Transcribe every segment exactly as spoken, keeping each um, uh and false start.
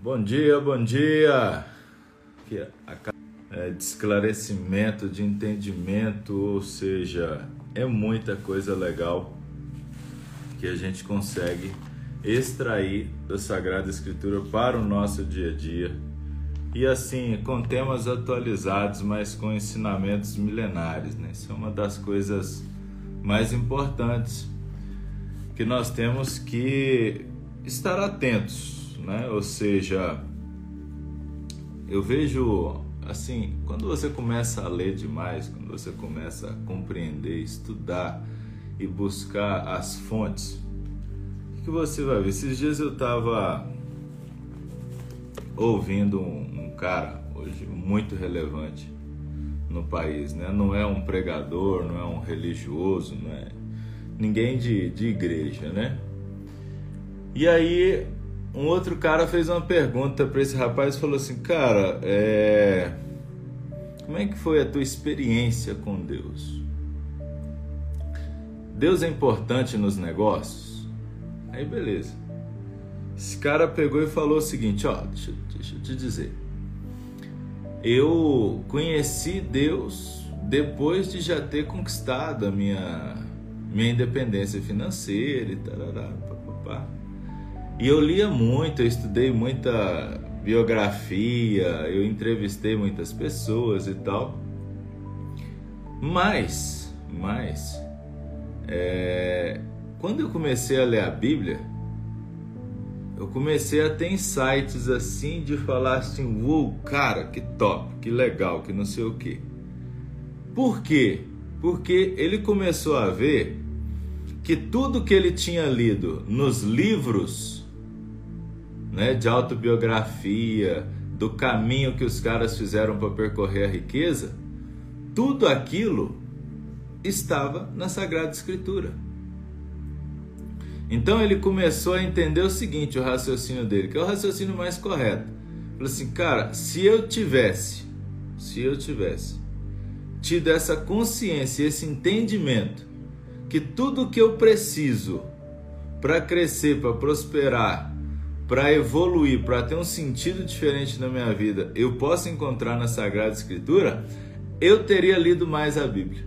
Bom dia, bom dia. Aqui é de esclarecimento, de entendimento, ou seja, é muita coisa legal que a gente consegue extrair da Sagrada Escritura para o nosso dia a dia. E assim, com temas atualizados, mas com ensinamentos milenares, né? Isso é uma das coisas mais importantes que nós temos que estar atentos, né? Ou seja, eu vejo assim, quando você começa a ler demais, quando você começa a compreender, estudar e buscar as fontes, o que você vai ver? Esses dias eu estava ouvindo um, um cara hoje muito relevante no país, né? Não é um pregador, não é um religioso, não é ninguém de, de igreja, né? E aí um outro cara fez uma pergunta para esse rapaz e falou assim: cara, é... como é que foi a tua experiência com Deus? Deus é importante nos negócios? Aí beleza. Esse cara pegou e falou o seguinte: ó, deixa, deixa eu te dizer, eu conheci Deus depois de já ter conquistado a minha, minha independência financeira e tarará, papapá. E eu lia muito, eu estudei muita biografia, eu entrevistei muitas pessoas e tal. Mas, mas, é, quando eu comecei a ler a Bíblia, eu comecei a ter insights assim de falar assim: uou, cara, que top, que legal, que não sei o quê. Por quê? Porque ele começou a ver que tudo que ele tinha lido nos livros, né, de autobiografia, do caminho que os caras fizeram para percorrer a riqueza, tudo aquilo estava na Sagrada Escritura. Então ele começou a entender o seguinte, o raciocínio dele, que é o raciocínio mais correto. Falou assim: cara, se eu tivesse, se eu tivesse tido essa consciência, esse entendimento, que tudo que eu preciso para crescer, para prosperar, para evoluir, para ter um sentido diferente na minha vida, eu posso encontrar na Sagrada Escritura, eu teria lido mais a Bíblia.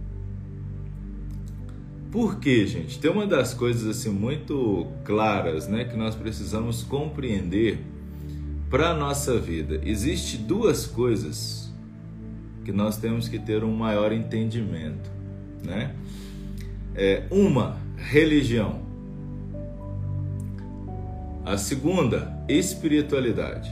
Por quê, gente? Tem uma das coisas assim muito claras, né, que nós precisamos compreender para a nossa vida. Existem duas coisas que nós temos que ter um maior entendimento, né? É, uma, religião. A segunda, espiritualidade.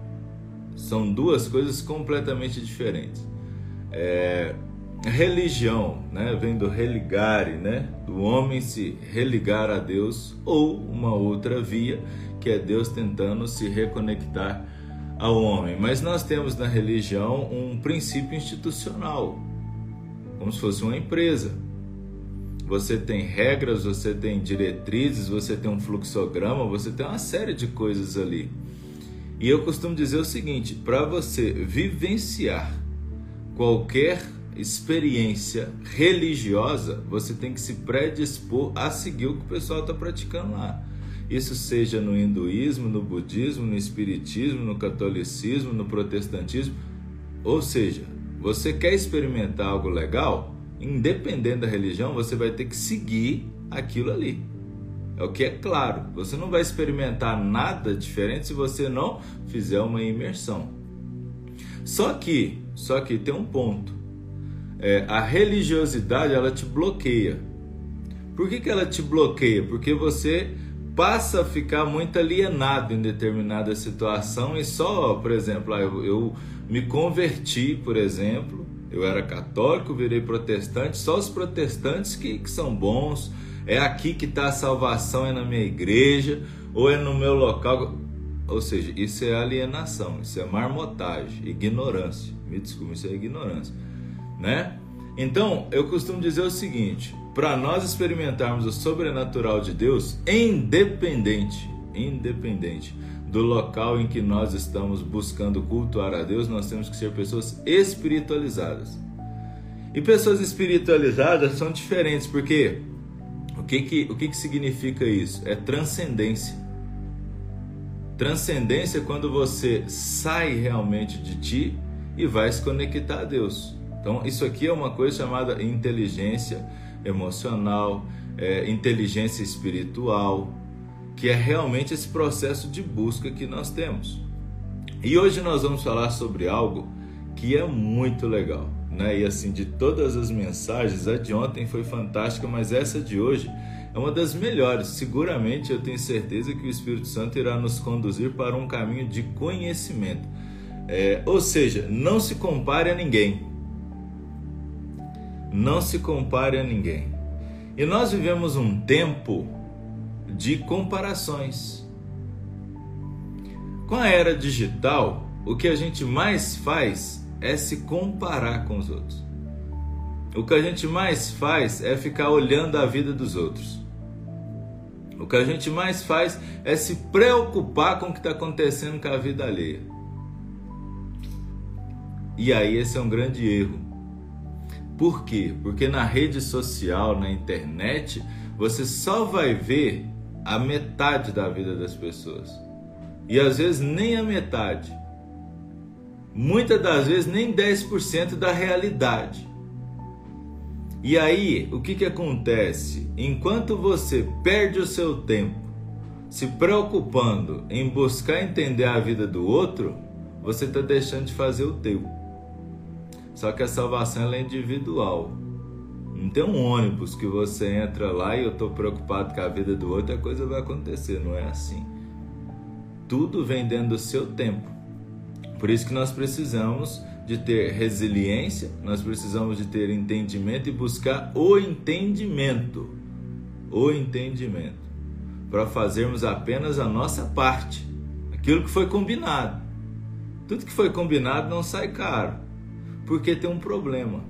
São duas coisas completamente diferentes. É, religião, né, vem do religare, né, do homem se religar a Deus, ou uma outra via, que é Deus tentando se reconectar ao homem. Mas nós temos na religião um princípio institucional, como se fosse uma empresa. Você tem regras, você tem diretrizes, você tem um fluxograma, você tem uma série de coisas ali. E eu costumo dizer o seguinte: para você vivenciar qualquer experiência religiosa, você tem que se predispor a seguir o que o pessoal está praticando lá. Isso seja no hinduísmo, no budismo, no espiritismo, no catolicismo, no protestantismo. Ou seja, você quer experimentar algo legal? Independente da religião, você vai ter que seguir aquilo ali. É o que é claro. Você não vai experimentar nada diferente se você não fizer uma imersão. Só que, só que tem um ponto. É, a religiosidade, ela te bloqueia. Por que que ela te bloqueia? Porque você passa a ficar muito alienado em determinada situação e só, por exemplo, eu, eu me converti, por exemplo, eu era católico, virei protestante, só os protestantes que, que são bons, é aqui que está a salvação, é na minha igreja, ou é no meu local. Ou seja, isso é alienação, isso é marmotagem, ignorância. Me desculpe, isso é ignorância, né? Então, eu costumo dizer o seguinte: para nós experimentarmos o sobrenatural de Deus, independente, independente do local em que nós estamos buscando cultuar a Deus, nós temos que ser pessoas espiritualizadas. E pessoas espiritualizadas são diferentes, porque o que que, o que que significa isso? É transcendência. Transcendência é quando você sai realmente de ti e vai se conectar a Deus. Então, isso aqui é uma coisa chamada inteligência emocional, é, inteligência espiritual, que é realmente esse processo de busca que nós temos. E hoje nós vamos falar sobre algo que é muito legal, né? E assim, de todas as mensagens, a de ontem foi fantástica, mas essa de hoje é uma das melhores. Seguramente eu tenho certeza que o Espírito Santo irá nos conduzir para um caminho de conhecimento. É, ou seja, não se compare a ninguém. Não se compare a ninguém. E nós vivemos um tempo de comparações. Com a era digital, o que a gente mais faz é se comparar com os outros. O que a gente mais faz é ficar olhando a vida dos outros. O que a gente mais faz é se preocupar com o que está acontecendo com a vida alheia. E aí esse é um grande erro. Por quê? Porque na rede social, na internet, você só vai ver a metade da vida das pessoas. E às vezes nem a metade. Muitas das vezes nem dez por cento da realidade. E aí, o que que acontece? Enquanto você perde o seu tempo se preocupando em buscar entender a vida do outro, você está deixando de fazer o teu. Só que a salvação ela é individual. Não tem um ônibus que você entra lá e eu estou preocupado com a vida do outro e a coisa vai acontecer. Não é assim. Tudo vem dentro do seu tempo. Por isso que nós precisamos de ter resiliência, nós precisamos de ter entendimento e buscar o entendimento. O entendimento. Para fazermos apenas a nossa parte. Aquilo que foi combinado. Tudo que foi combinado não sai caro. Porque tem um problema.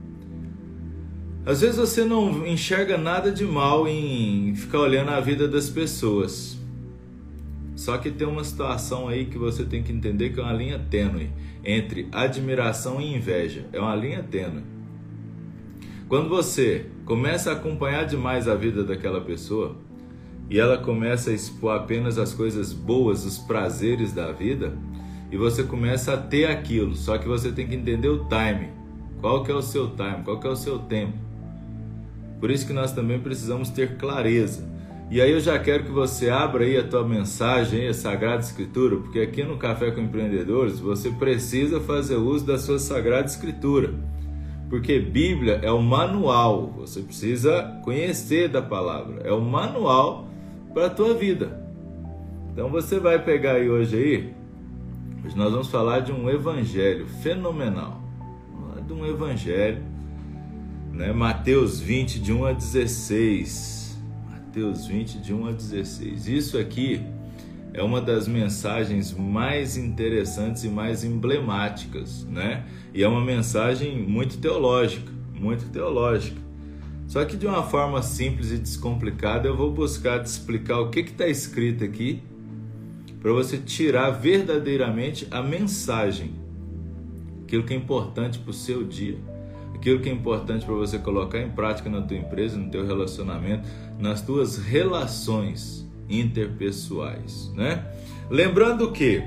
Às vezes você não enxerga nada de mal em ficar olhando a vida das pessoas. Só que tem uma situação aí que você tem que entender que é uma linha tênue entre admiração e inveja. É uma linha tênue. Quando você começa a acompanhar demais a vida daquela pessoa e ela começa a expor apenas as coisas boas, os prazeres da vida, e você começa a ter aquilo, só que você tem que entender o time. Qual que é o seu time? Qual que é o seu tempo? Por isso que nós também precisamos ter clareza. E aí eu já quero que você abra aí a tua mensagem, aí, a Sagrada Escritura, porque aqui no Café com Empreendedores você precisa fazer uso da sua Sagrada Escritura. Porque Bíblia é o manual, você precisa conhecer da palavra, é o manual para a tua vida. Então você vai pegar aí hoje aí, hoje nós vamos falar de um evangelho fenomenal, de um evangelho, né? Mateus vinte, de um a dezesseis, Mateus vinte, de um a dezesseis, isso aqui é uma das mensagens mais interessantes e mais emblemáticas, né? E é uma mensagem muito teológica, muito teológica, só que de uma forma simples e descomplicada eu vou buscar te explicar o que está escrito aqui, para você tirar verdadeiramente a mensagem, aquilo que é importante para o seu dia, aquilo que é importante para você colocar em prática na tua empresa, no teu relacionamento, nas tuas relações interpessoais, né? Lembrando que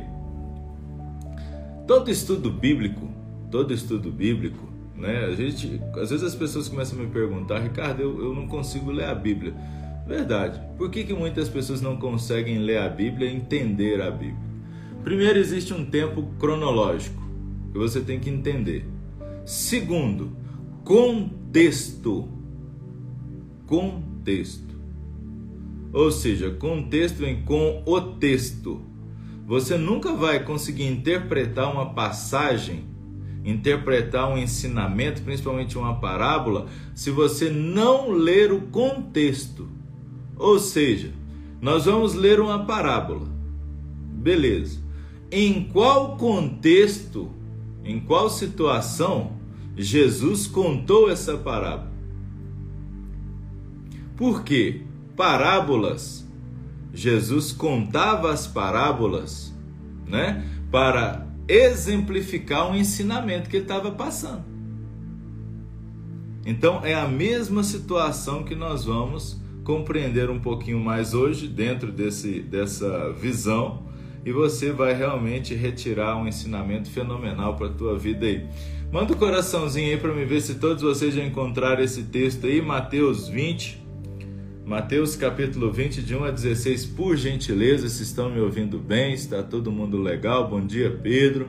todo estudo bíblico, todo estudo bíblico, né? A gente, às vezes as pessoas começam a me perguntar, Ricardo, eu, eu não consigo ler a Bíblia. Verdade. Por que que muitas pessoas não conseguem ler a Bíblia e entender a Bíblia? Primeiro, existe um tempo cronológico que você tem que entender. Segundo, contexto. Contexto. Ou seja, contexto vem com o texto. Você nunca vai conseguir interpretar uma passagem, interpretar um ensinamento, principalmente uma parábola, se você não ler o contexto. Ou seja, nós vamos ler uma parábola. Beleza. Em qual contexto, em qual situação Jesus contou essa parábola? Por quê? Parábolas. Jesus contava as parábolas, né, para exemplificar um ensinamento que ele estava passando. Então é a mesma situação que nós vamos compreender um pouquinho mais hoje dentro desse, dessa visão e você vai realmente retirar um ensinamento fenomenal para a tua vida aí. Manda um coraçãozinho aí para me ver se todos vocês já encontraram esse texto aí, Mateus vinte, Mateus capítulo vinte, de um a dezesseis, por gentileza, se estão me ouvindo bem, está todo mundo legal. Bom dia, Pedro.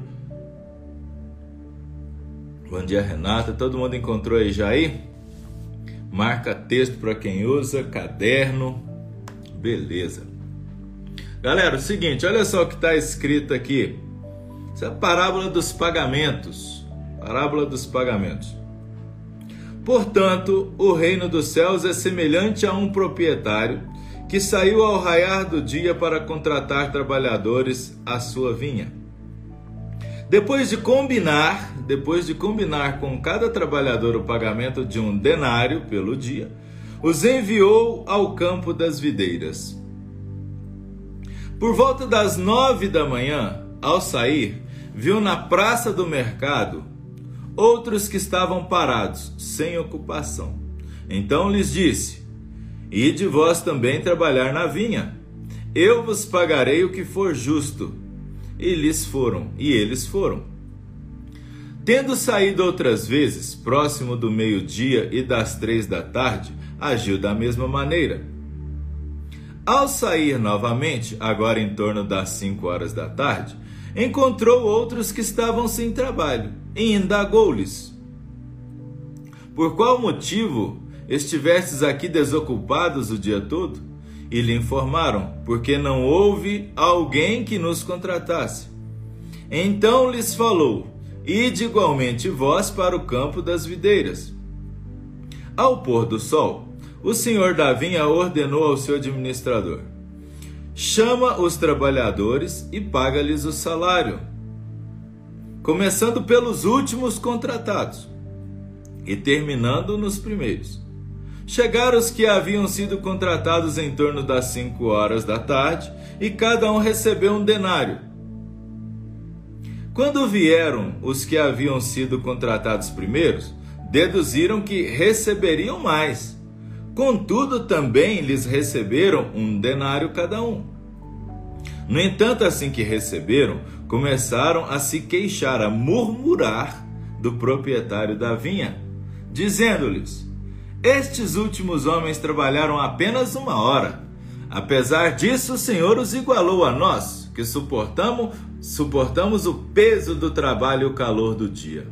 Bom dia, Renata. Todo mundo encontrou aí já aí? Marca texto para quem usa, caderno. Beleza. Galera, o seguinte, olha só o que está escrito aqui. Essa é a parábola dos pagamentos. Parábola dos pagamentos. Portanto, o reino dos céus é semelhante a um proprietário que saiu ao raiar do dia para contratar trabalhadores à sua vinha. Depois de combinar, depois de combinar com cada trabalhador o pagamento de um denário pelo dia, os enviou ao campo das videiras. Por volta das nove da manhã, ao sair, viu na praça do mercado outros que estavam parados, sem ocupação. Então lhes disse: Ide vós também trabalhar na vinha, eu vos pagarei o que for justo. E lhes foram, e eles foram. Tendo saído outras vezes, próximo do meio-dia e das três da tarde, agiu da mesma maneira. Ao sair novamente, agora em torno das cinco horas da tarde, encontrou outros que estavam sem trabalho e indagou-lhes: Por qual motivo estivestes aqui desocupados o dia todo? E lhe informaram: Porque não houve alguém que nos contratasse. Então lhes falou: Ide igualmente vós para o campo das videiras. Ao pôr do sol, o senhor da vinha ordenou ao seu administrador: Chama os trabalhadores e paga-lhes o salário, começando pelos últimos contratados e terminando nos primeiros. Chegaram os que haviam sido contratados em torno das cinco horas da tarde, e cada um recebeu um denário. Quando vieram os que haviam sido contratados primeiros, deduziram que receberiam mais. Contudo, também lhes receberam um denário cada um. No entanto, assim que receberam, começaram a se queixar, a murmurar do proprietário da vinha, dizendo-lhes: Estes últimos homens trabalharam apenas uma hora. Apesar disso, o Senhor os igualou a nós, que suportamos, suportamos o peso do trabalho e o calor do dia.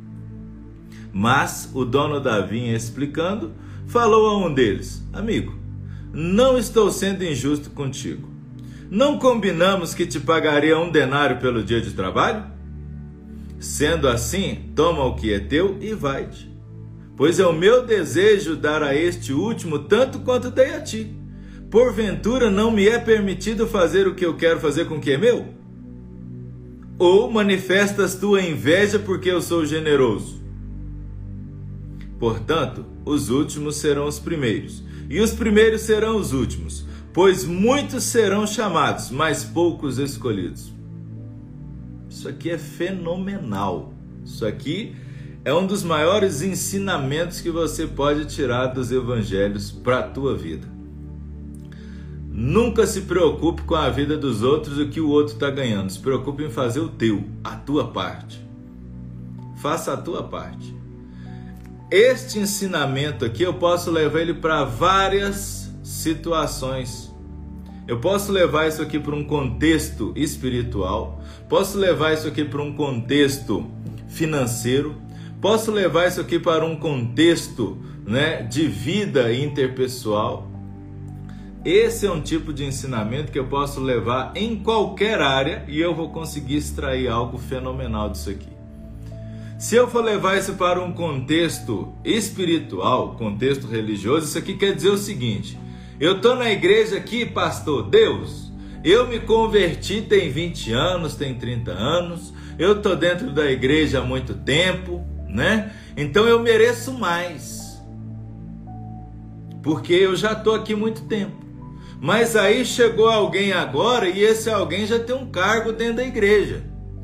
Mas o dono da vinha, explicando, falou a um deles: Amigo, não estou sendo injusto contigo. Não combinamos que te pagaria um denário pelo dia de trabalho? Sendo assim, toma o que é teu e vai-te. Pois é o meu desejo dar a este último tanto quanto dei a ti. Porventura não me é permitido fazer o que eu quero fazer com o que é meu? Ou manifestas tua inveja porque eu sou generoso? Portanto, os últimos serão os primeiros, e os primeiros serão os últimos, pois muitos serão chamados, mas poucos escolhidos. Isso aqui é fenomenal. Isso aqui é um dos maiores ensinamentos que você pode tirar dos evangelhos para a tua vida. Nunca se preocupe com a vida dos outros e o que o outro está ganhando. Se preocupe em fazer o teu, a tua parte. Faça a tua parte. Este ensinamento aqui eu posso levar ele para várias situações. Eu posso levar isso aqui para um contexto espiritual, posso levar isso aqui para um contexto financeiro, posso levar isso aqui para um contexto, né, de vida interpessoal. Esse é um tipo de ensinamento que eu posso levar em qualquer área e eu vou conseguir extrair algo fenomenal disso aqui. Se eu for levar isso para um contexto espiritual, contexto religioso, isso aqui quer dizer o seguinte: eu estou na igreja aqui, pastor, Deus, eu me converti tem vinte anos, tem trinta anos, eu estou dentro da igreja há muito tempo, né? Então eu mereço mais, porque eu já estou aqui muito tempo. Mas aí chegou alguém agora e esse alguém já tem um cargo dentro da igreja.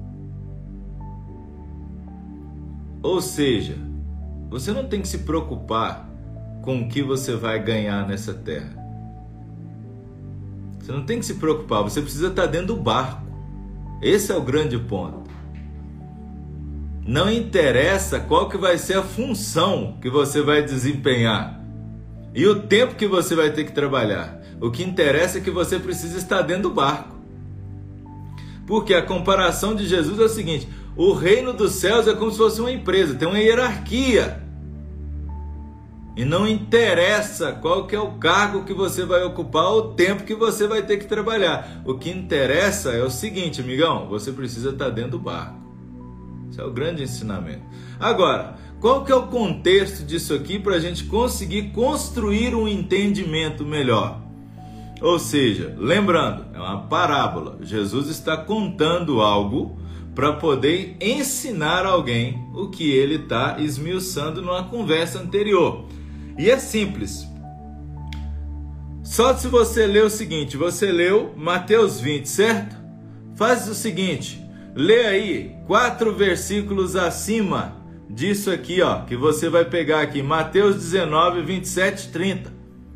Ou seja, você não tem que se preocupar com o que você vai ganhar nessa terra. Você não tem que se preocupar, você precisa estar dentro do barco. Esse é o grande ponto. Não interessa qual que vai ser a função que você vai desempenhar e o tempo que você vai ter que trabalhar. O que interessa é que você precisa estar dentro do barco. Porque a comparação de Jesus é o seguinte: o reino dos céus é como se fosse uma empresa, tem uma hierarquia. E não interessa qual que é o cargo que você vai ocupar ou o tempo que você vai ter que trabalhar. O que interessa é o seguinte, amigão, você precisa estar dentro do barco. Esse é o grande ensinamento. Agora, qual que é o contexto disso aqui para a gente conseguir construir um entendimento melhor? Ou seja, lembrando, é uma parábola. Jesus está contando algo para poder ensinar alguém o que ele está esmiuçando numa conversa anterior. E é simples. Só se você ler o seguinte, você leu Mateus vinte, certo? Faz o seguinte, lê aí quatro versículos acima disso aqui, ó, que você vai pegar aqui, Mateus dezenove, vinte e sete, trinta.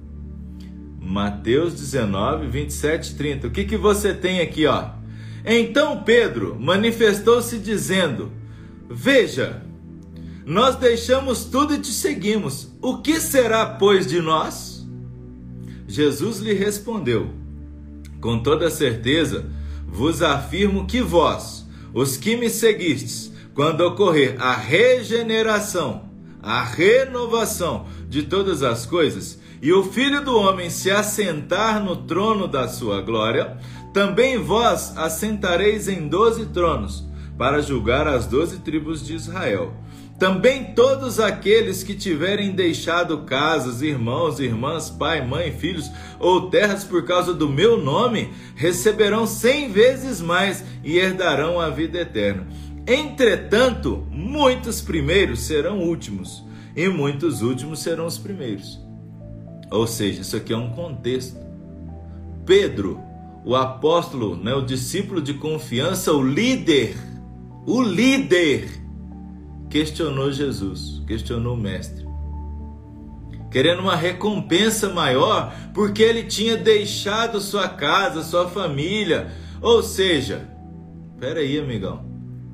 Mateus dezenove, vinte e sete, trinta. O que que você tem aqui, ó? Então Pedro manifestou-se dizendo: veja, nós deixamos tudo e te seguimos. O que será, pois, de nós? Jesus lhe respondeu: com toda certeza vos afirmo que vós, os que me seguistes, quando ocorrer a regeneração, a renovação de todas as coisas, e o Filho do Homem se assentar no trono da sua glória, também vós assentareis em doze tronos, para julgar as doze tribos de Israel. Também todos aqueles que tiverem deixado casas, irmãos, irmãs, pai, mãe, filhos ou terras por causa do meu nome, receberão cem vezes mais e herdarão a vida eterna. Entretanto, muitos primeiros serão últimos, e muitos últimos serão os primeiros. Ou seja, isso aqui é um contexto. Pedro, o apóstolo, né, o discípulo de confiança, o líder, o líder, questionou Jesus, questionou o mestre, querendo uma recompensa maior, porque ele tinha deixado sua casa, sua família. Ou seja, espera aí, amigão,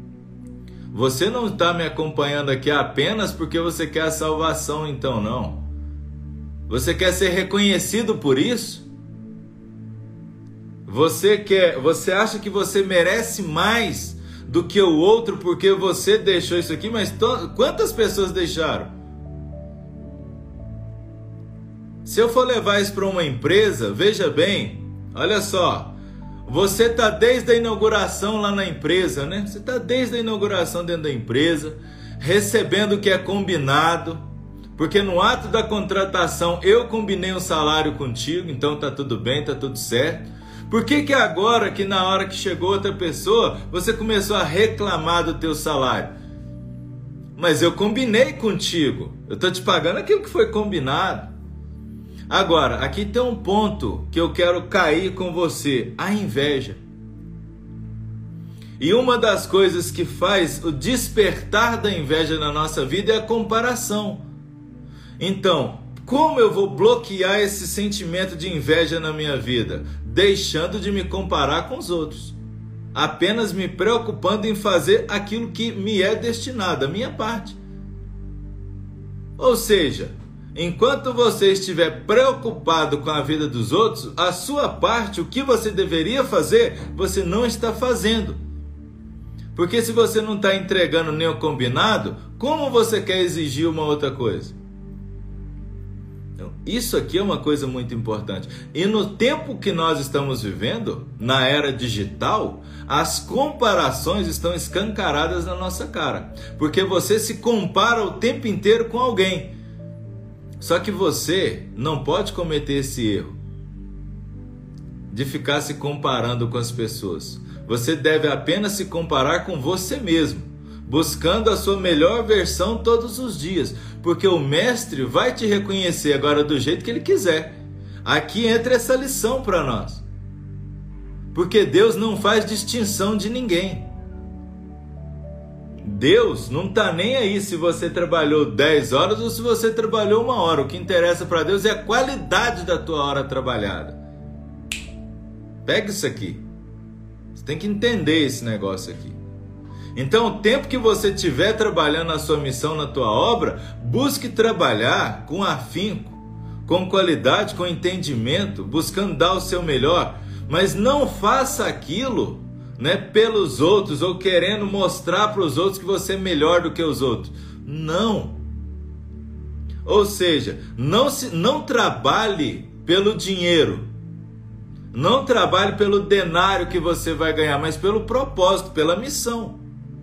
você não está me acompanhando aqui apenas porque você quer a salvação, então não. Você quer ser reconhecido por isso? Você quer, você acha que você merece mais do que o outro porque você deixou isso aqui? Mas to, quantas pessoas deixaram? Se eu for levar isso para uma empresa, veja bem, olha só, você está desde a inauguração lá na empresa, né? Você está desde a inauguração dentro da empresa, recebendo o que é combinado, porque no ato da contratação eu combinei um salário contigo, então tá tudo bem, tá tudo certo. Por que que agora, que na hora que chegou outra pessoa, você começou a reclamar do teu salário? Mas eu combinei contigo, eu tô te pagando aquilo que foi combinado. Agora, aqui tem um ponto que eu quero cair com você, a inveja. E uma das coisas que faz o despertar da inveja na nossa vida é a comparação. Então, como eu vou bloquear esse sentimento de inveja na minha vida? Deixando de me comparar com os outros. Apenas me preocupando em fazer aquilo que me é destinado, a minha parte. Ou seja, enquanto você estiver preocupado com a vida dos outros, a sua parte, o que você deveria fazer, você não está fazendo. Porque se você não está entregando nem o combinado, como você quer exigir uma outra coisa? Então, isso aqui é uma coisa muito importante. E no tempo que nós estamos vivendo, na era digital, as comparações estão escancaradas na nossa cara. Porque você se compara o tempo inteiro com alguém. Só que você não pode cometer esse erro de ficar se comparando com as pessoas. Você deve apenas se comparar com você mesmo, buscando a sua melhor versão todos os dias, porque o mestre vai te reconhecer agora do jeito que ele quiser. Aqui entra essa lição para nós, porque Deus não faz distinção de ninguém. Deus não está nem aí se você trabalhou dez horas ou se você trabalhou uma hora. O que interessa para Deus é a qualidade da tua hora trabalhada. Pega isso aqui. Você tem que entender esse negócio aqui. Então, o tempo que você estiver trabalhando na sua missão, na tua obra, busque trabalhar com afinco, com qualidade, com entendimento, buscando dar o seu melhor, mas não faça aquilo, né, pelos outros ou querendo mostrar para os outros que você é melhor do que os outros. Não. Ou seja, não, se, não trabalhe pelo dinheiro, não trabalhe pelo denário que você vai ganhar, mas pelo propósito, pela missão.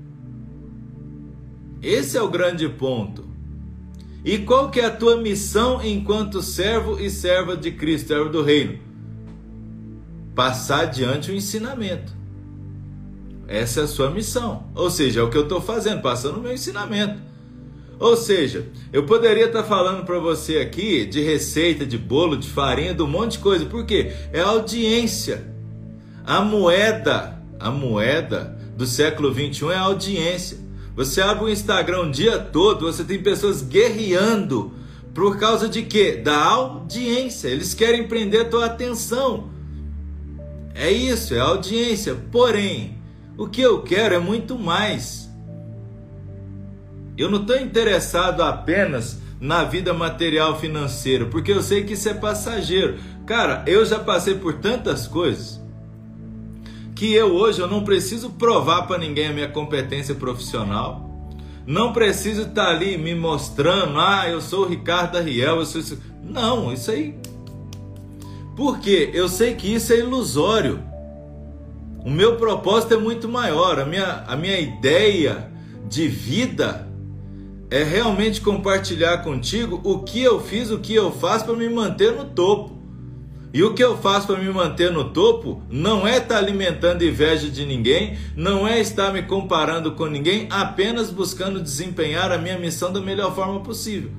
Esse é o grande ponto. E qual que é a tua missão enquanto servo e serva de Cristo, servo do reino? Passar adiante o ensinamento. Essa é a sua missão. Ou seja, é o que eu estou fazendo, passando o meu ensinamento. Ou seja, eu poderia estar falando para você aqui de receita, de bolo, de farinha, de um monte de coisa. Por quê? É a audiência. A moeda, a moeda do século vinte e um é a audiência. Você abre o Instagram o dia todo, você tem pessoas guerreando. Por causa de quê? Da audiência. Eles querem prender a tua atenção. É isso, é a audiência. Porém, o que eu quero é muito mais. Eu não estou interessado apenas na vida material financeira, porque eu sei que isso é passageiro. Cara, eu já passei por tantas coisas que eu hoje eu não preciso provar para ninguém a minha competência profissional. Não preciso estar ali me mostrando, ah, eu sou o Ricardo Arriel, eu sou isso. Não, isso aí. Por quê? Eu sei que isso é ilusório. O meu propósito é muito maior. A minha, a minha ideia de vida é realmente compartilhar contigo o que eu fiz, o que eu faço para me manter no topo. E o que eu faço para me manter no topo não é estar alimentando inveja de ninguém, não é estar me comparando com ninguém, apenas buscando desempenhar a minha missão da melhor forma possível.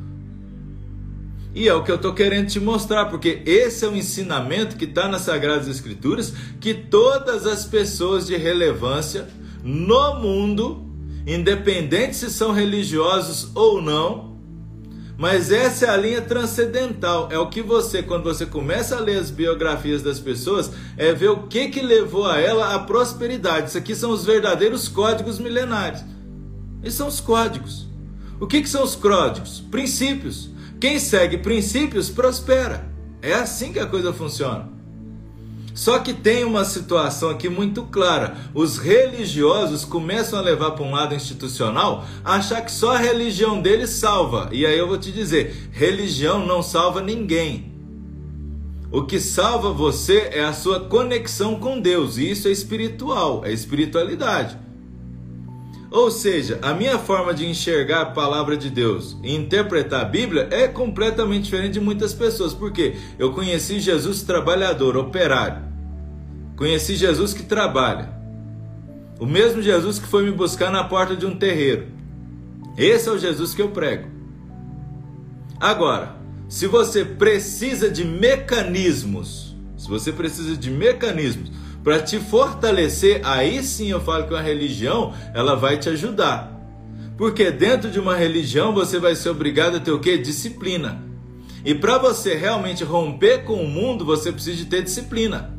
E é o que eu estou querendo te mostrar, porque esse é o ensinamento que está nas Sagradas Escrituras, que todas as pessoas de relevância no mundo, independente se são religiosos ou não, mas essa é a linha transcendental, é o que você, quando você começa a ler as biografias das pessoas, é ver o que que levou a ela à prosperidade. Isso aqui são os verdadeiros códigos milenares. Esses são os códigos. O que que são os códigos? Princípios. Quem segue princípios prospera. É assim que a coisa funciona. Só que tem uma situação aqui muito clara. Os religiosos começam a levar para um lado institucional, achar que só a religião deles salva. E aí eu vou te dizer, religião não salva ninguém. O que salva você é a sua conexão com Deus. E isso é espiritual, é espiritualidade. Ou seja, a minha forma de enxergar a palavra de Deus e interpretar a Bíblia é completamente diferente de muitas pessoas. Por quê? Eu conheci Jesus trabalhador, operário. Conheci Jesus que trabalha. O mesmo Jesus que foi me buscar na porta de um terreiro. Esse é o Jesus que eu prego. Agora, se você precisa de mecanismos, se você precisa de mecanismos para te fortalecer, aí sim eu falo que uma religião, ela vai te ajudar. Porque dentro de uma religião você vai ser obrigado a ter o quê? Disciplina. E para você realmente romper com o mundo, você precisa de ter disciplina.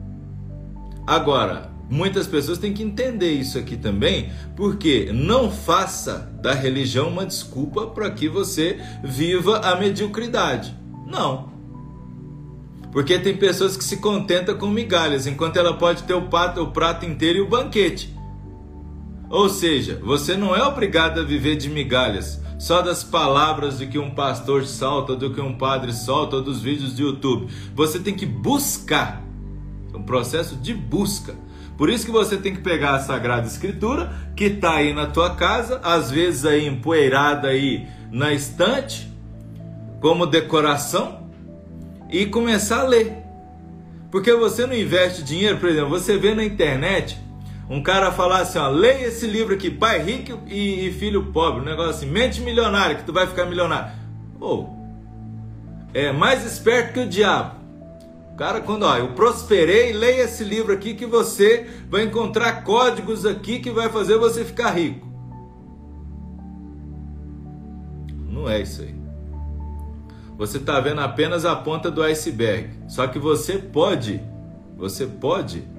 Agora, muitas pessoas têm que entender isso aqui também, porque não faça da religião uma desculpa para que você viva a mediocridade. Não. Porque tem pessoas que se contentam com migalhas, enquanto ela pode ter o prato, o prato inteiro e o banquete. Ou seja, você não é obrigado a viver de migalhas, só das palavras de que um pastor solta, do que um padre solta, ou dos vídeos do YouTube. Você tem que buscar, é um processo de busca. Por isso que você tem que pegar a Sagrada Escritura, que está aí na tua casa, às vezes aí empoeirada aí na estante, como decoração, e começar a ler. Porque você não investe dinheiro, por exemplo, você vê na internet um cara falar assim, ó, leia esse livro aqui, Pai Rico e, e Filho Pobre, um negócio assim, mente milionária, que tu vai ficar milionário. Ou, é mais esperto que o diabo. O cara, quando, ó, eu prosperei, leia esse livro aqui que você vai encontrar códigos aqui que vai fazer você ficar rico. Não é isso aí. Você está vendo apenas a ponta do iceberg. Só que você pode, você pode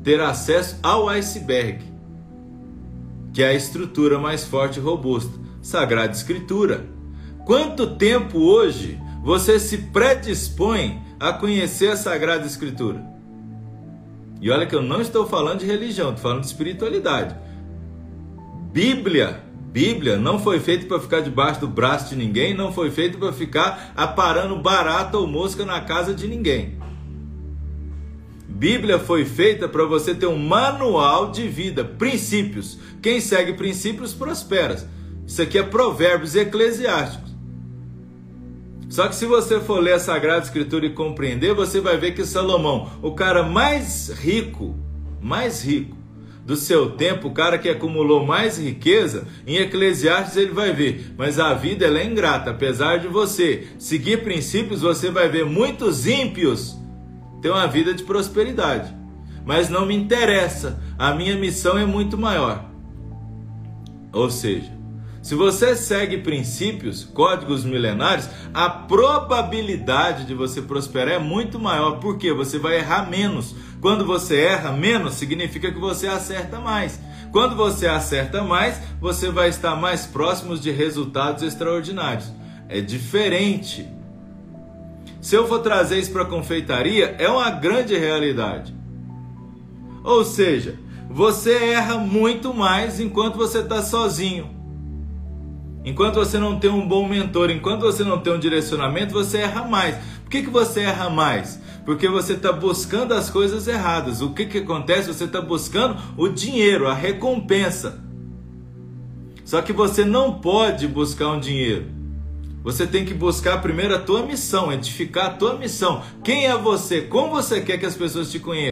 ter acesso ao iceberg, que é a estrutura mais forte e robusta, Sagrada Escritura. Quanto tempo hoje você se predispõe a conhecer a Sagrada Escritura? E olha que eu não estou falando de religião, estou falando de espiritualidade. Bíblia, Bíblia não foi feita para ficar debaixo do braço de ninguém, não foi feita para ficar aparando barata ou mosca na casa de ninguém. Bíblia foi feita para você ter um manual de vida, princípios. Quem segue princípios prospera. Isso aqui é Provérbios Eclesiásticos. Só que se você for ler a Sagrada Escritura e compreender, você vai ver que Salomão, o cara mais rico, mais rico do seu tempo, o cara que acumulou mais riqueza, em Eclesiastes ele vai ver, mas a vida ela é ingrata. Apesar de você seguir princípios, você vai ver muitos ímpios ter uma vida de prosperidade. Mas não me interessa, a minha missão é muito maior. Ou seja, se você segue princípios, códigos milenares, a probabilidade de você prosperar é muito maior, porque você vai errar menos. Quando você erra menos, significa que você acerta mais. Quando você acerta mais, você vai estar mais próximo de resultados extraordinários. É diferente. Se eu for trazer isso para a confeitaria, é uma grande realidade. Ou seja, você erra muito mais enquanto você está sozinho. Enquanto você não tem um bom mentor, enquanto você não tem um direcionamento, você erra mais. Por que que você erra mais? Porque você está buscando as coisas erradas. O que que acontece? Você está buscando o dinheiro, a recompensa. Só que você não pode buscar um dinheiro. Você tem que buscar primeiro a tua missão, edificar a tua missão. Quem é você? Como você quer que as pessoas te conheçam?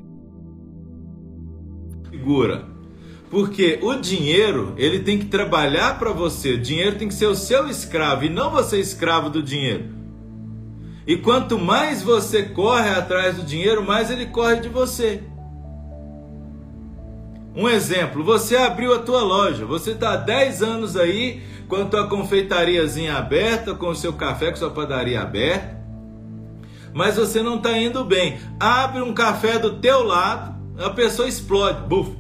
Figura. Porque o dinheiro, ele tem que trabalhar para você. O dinheiro tem que ser o seu escravo e não você escravo do dinheiro. E quanto mais você corre atrás do dinheiro, mais ele corre de você. Um exemplo, você abriu a tua loja, você está há dez anos aí com a tua confeitariazinha aberta, com o seu café, com a sua padaria aberta, mas você não está indo bem. Abre um café do teu lado, a pessoa explode, buf.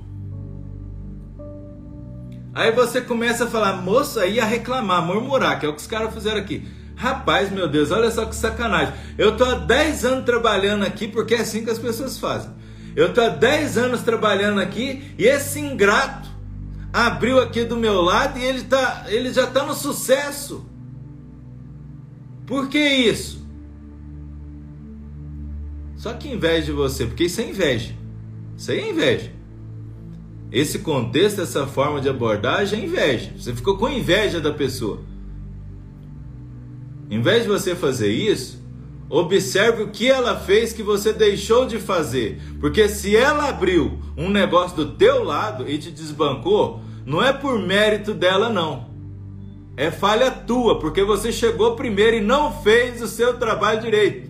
Aí você começa a falar, moça, aí a reclamar, murmurar, que é o que os caras fizeram aqui. Rapaz, meu Deus, olha só que sacanagem. Eu estou há dez anos trabalhando aqui, porque é assim que as pessoas fazem. Eu estou há dez anos trabalhando aqui e esse ingrato abriu aqui do meu lado e ele, tá, ele já está no sucesso. Por que isso? Só que inveja de você, porque isso é inveja. Isso aí é inveja. Esse contexto, essa forma de abordagem é inveja. Você ficou com inveja da pessoa. Em vez de você fazer isso, observe o que ela fez que você deixou de fazer. Porque se ela abriu um negócio do teu lado e te desbancou, não é por mérito dela não. É falha tua, porque você chegou primeiro e não fez o seu trabalho direito.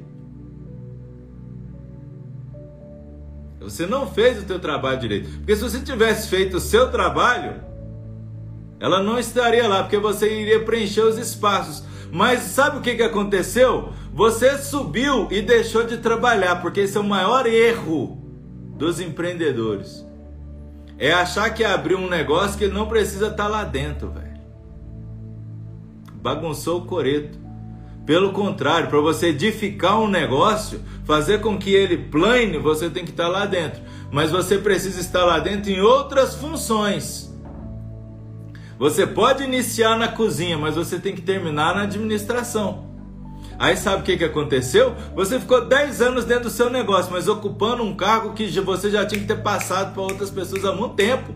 Você não fez o teu trabalho direito. Porque se você tivesse feito o seu trabalho, ela não estaria lá, porque você iria preencher os espaços. Mas sabe o que que aconteceu? Você subiu e deixou de trabalhar, porque esse é o maior erro dos empreendedores. É achar que abriu um negócio que ele não precisa estar lá dentro, velho. Bagunçou o coreto. Pelo contrário, para você edificar um negócio, fazer com que ele plane, você tem que estar lá dentro. Mas você precisa estar lá dentro em outras funções. Você pode iniciar na cozinha, mas você tem que terminar na administração. Aí sabe o que que aconteceu? Você ficou dez anos dentro do seu negócio, mas ocupando um cargo que você já tinha que ter passado para outras pessoas há muito tempo.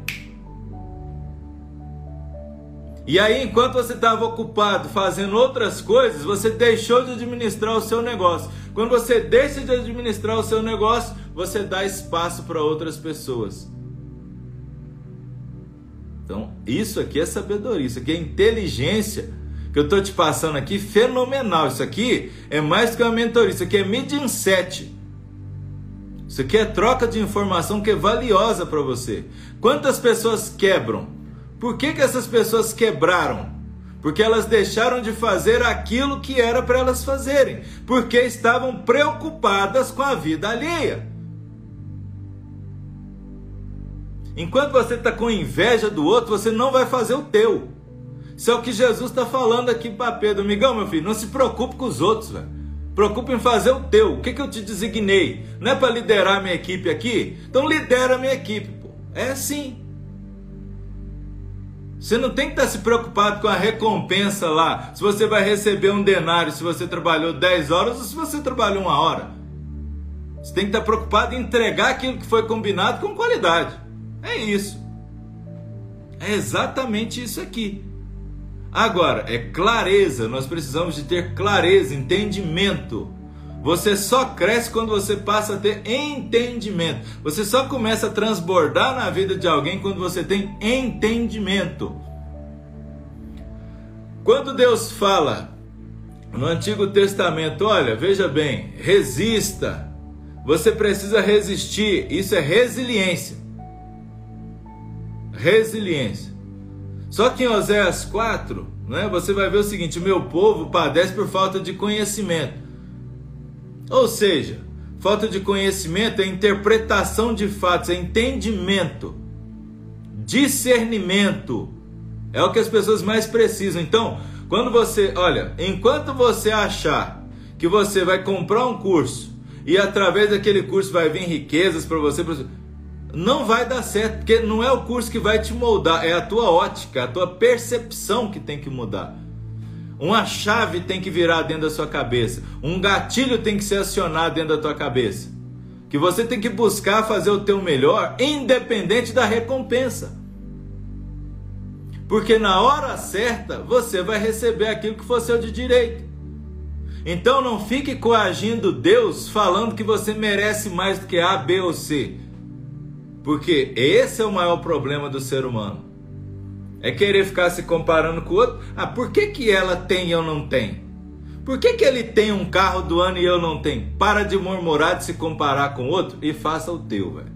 E aí, enquanto você estava ocupado fazendo outras coisas, você deixou de administrar o seu negócio. Quando você deixa de administrar o seu negócio, você dá espaço para outras pessoas. Então, isso aqui é sabedoria, isso aqui é inteligência que eu estou te passando aqui, fenomenal. Isso aqui é mais do que uma mentoria, isso aqui é mindset. Isso aqui é troca de informação que é valiosa para você. Quantas pessoas quebram? Por que que essas pessoas quebraram? Porque elas deixaram de fazer aquilo que era para elas fazerem, porque estavam preocupadas com a vida alheia. Enquanto você está com inveja do outro, você não vai fazer o teu. Isso é o que Jesus está falando aqui para Pedro. Amigão, meu filho, não se preocupe com os outros, velho. Preocupe em fazer o teu. O que, que eu te designei? Não é para liderar a minha equipe aqui? Então lidera a minha equipe, pô. É assim. Você não tem que estar se preocupado com a recompensa lá. Se você vai receber um denário, se você trabalhou dez horas ou se você trabalhou uma hora. Você tem que estar preocupado em entregar aquilo que foi combinado com qualidade. É isso. É exatamente isso aqui. Agora, é clareza. Nós precisamos de ter clareza, entendimento. Você só cresce quando você passa a ter entendimento. Você só começa a transbordar na vida de alguém quando você tem entendimento. Quando Deus fala no Antigo Testamento, olha, veja bem, resista. Você precisa resistir. Isso é resiliência. Resiliência. Só que em Oséias quatro, né, você vai ver o seguinte: o meu povo padece por falta de conhecimento. Ou seja, falta de conhecimento é interpretação de fatos, é entendimento, discernimento. É o que as pessoas mais precisam. Então, quando você, olha, enquanto você achar que você vai comprar um curso e através daquele curso vai vir riquezas para você, não vai dar certo, porque não é o curso que vai te moldar, é a tua ótica, a tua percepção que tem que mudar. Uma chave tem que virar dentro da sua cabeça. Um gatilho tem que ser acionado dentro da tua cabeça. Que você tem que buscar fazer o teu melhor, independente da recompensa. Porque na hora certa, você vai receber aquilo que for seu de direito. Então não fique coagindo Deus falando que você merece mais do que A, B ou C. Porque esse é o maior problema do ser humano. É querer ficar se comparando com o outro. Ah, por que que ela tem e eu não tenho? Por que que ele tem um carro do ano e eu não tenho? Para de murmurar, de se comparar com o outro e faça o teu, velho.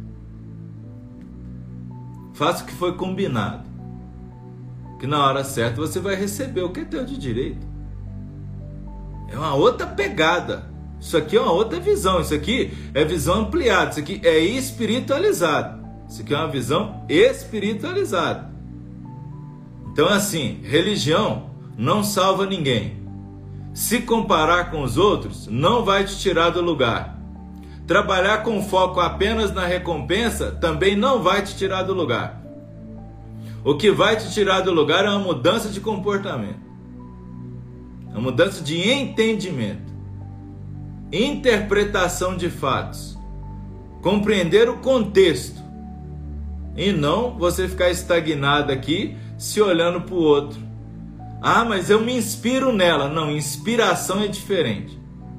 Faça o que foi combinado. Que na hora certa você vai receber o que é teu de direito. É uma outra pegada. Isso aqui é uma outra visão. Isso aqui é visão ampliada. Isso aqui é espiritualizado. Isso aqui é uma visão espiritualizada. Então, assim, religião não salva ninguém. Se comparar com os outros, não vai te tirar do lugar. Trabalhar com foco apenas na recompensa também não vai te tirar do lugar. O que vai te tirar do lugar é uma mudança de comportamento. Uma mudança de entendimento. Interpretação de fatos. Compreender o contexto. E não você ficar estagnado aqui, se olhando para o outro. Ah, mas eu me inspiro nela. Não, inspiração é diferente.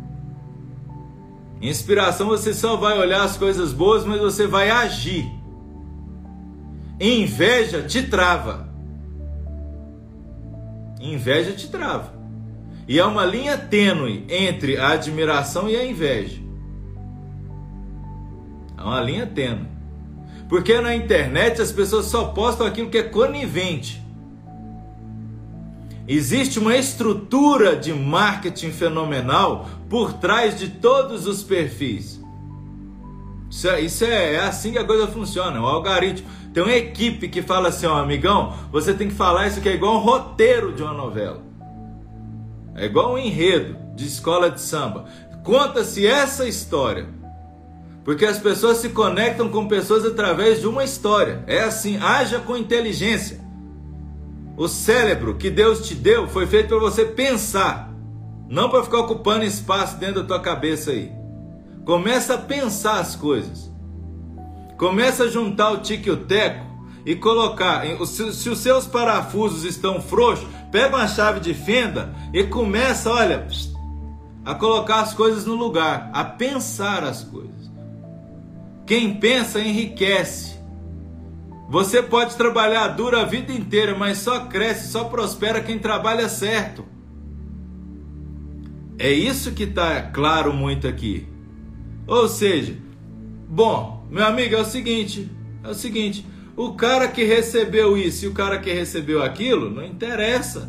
Inspiração você só vai olhar as coisas boas, mas você vai agir. Inveja te trava. Inveja te trava. E há uma linha tênue entre a admiração e a inveja. Há uma linha tênue. Porque na internet as pessoas só postam aquilo que é conivente. Existe uma estrutura de marketing fenomenal por trás de todos os perfis. Isso é, isso é, é assim que a coisa funciona, o algoritmo. Tem uma equipe que fala assim, ó, amigão, você tem que falar isso que é igual um roteiro de uma novela. É igual um enredo de escola de samba. Conta-se essa história. Porque as pessoas se conectam com pessoas através de uma história. É assim, haja com inteligência. O cérebro que Deus te deu foi feito para você pensar. Não para ficar ocupando espaço dentro da tua cabeça aí. Começa a pensar as coisas. Começa a juntar o tique e o teco e colocar. Se, se os seus parafusos estão frouxos, pega uma chave de fenda e começa, olha, a colocar as coisas no lugar. A pensar as coisas. Quem pensa enriquece. Você pode trabalhar duro a vida inteira, mas só cresce, só prospera quem trabalha certo. É isso que está claro muito aqui. Ou seja, bom, meu amigo, é o seguinte, é o seguinte, o cara que recebeu isso e o cara que recebeu aquilo, não interessa.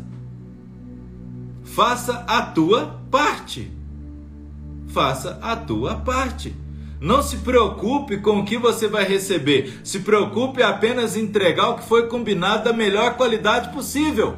Faça a tua parte. Faça a tua parte. Não se preocupe com o que você vai receber. Se preocupe apenas em entregar o que foi combinado da melhor qualidade possível.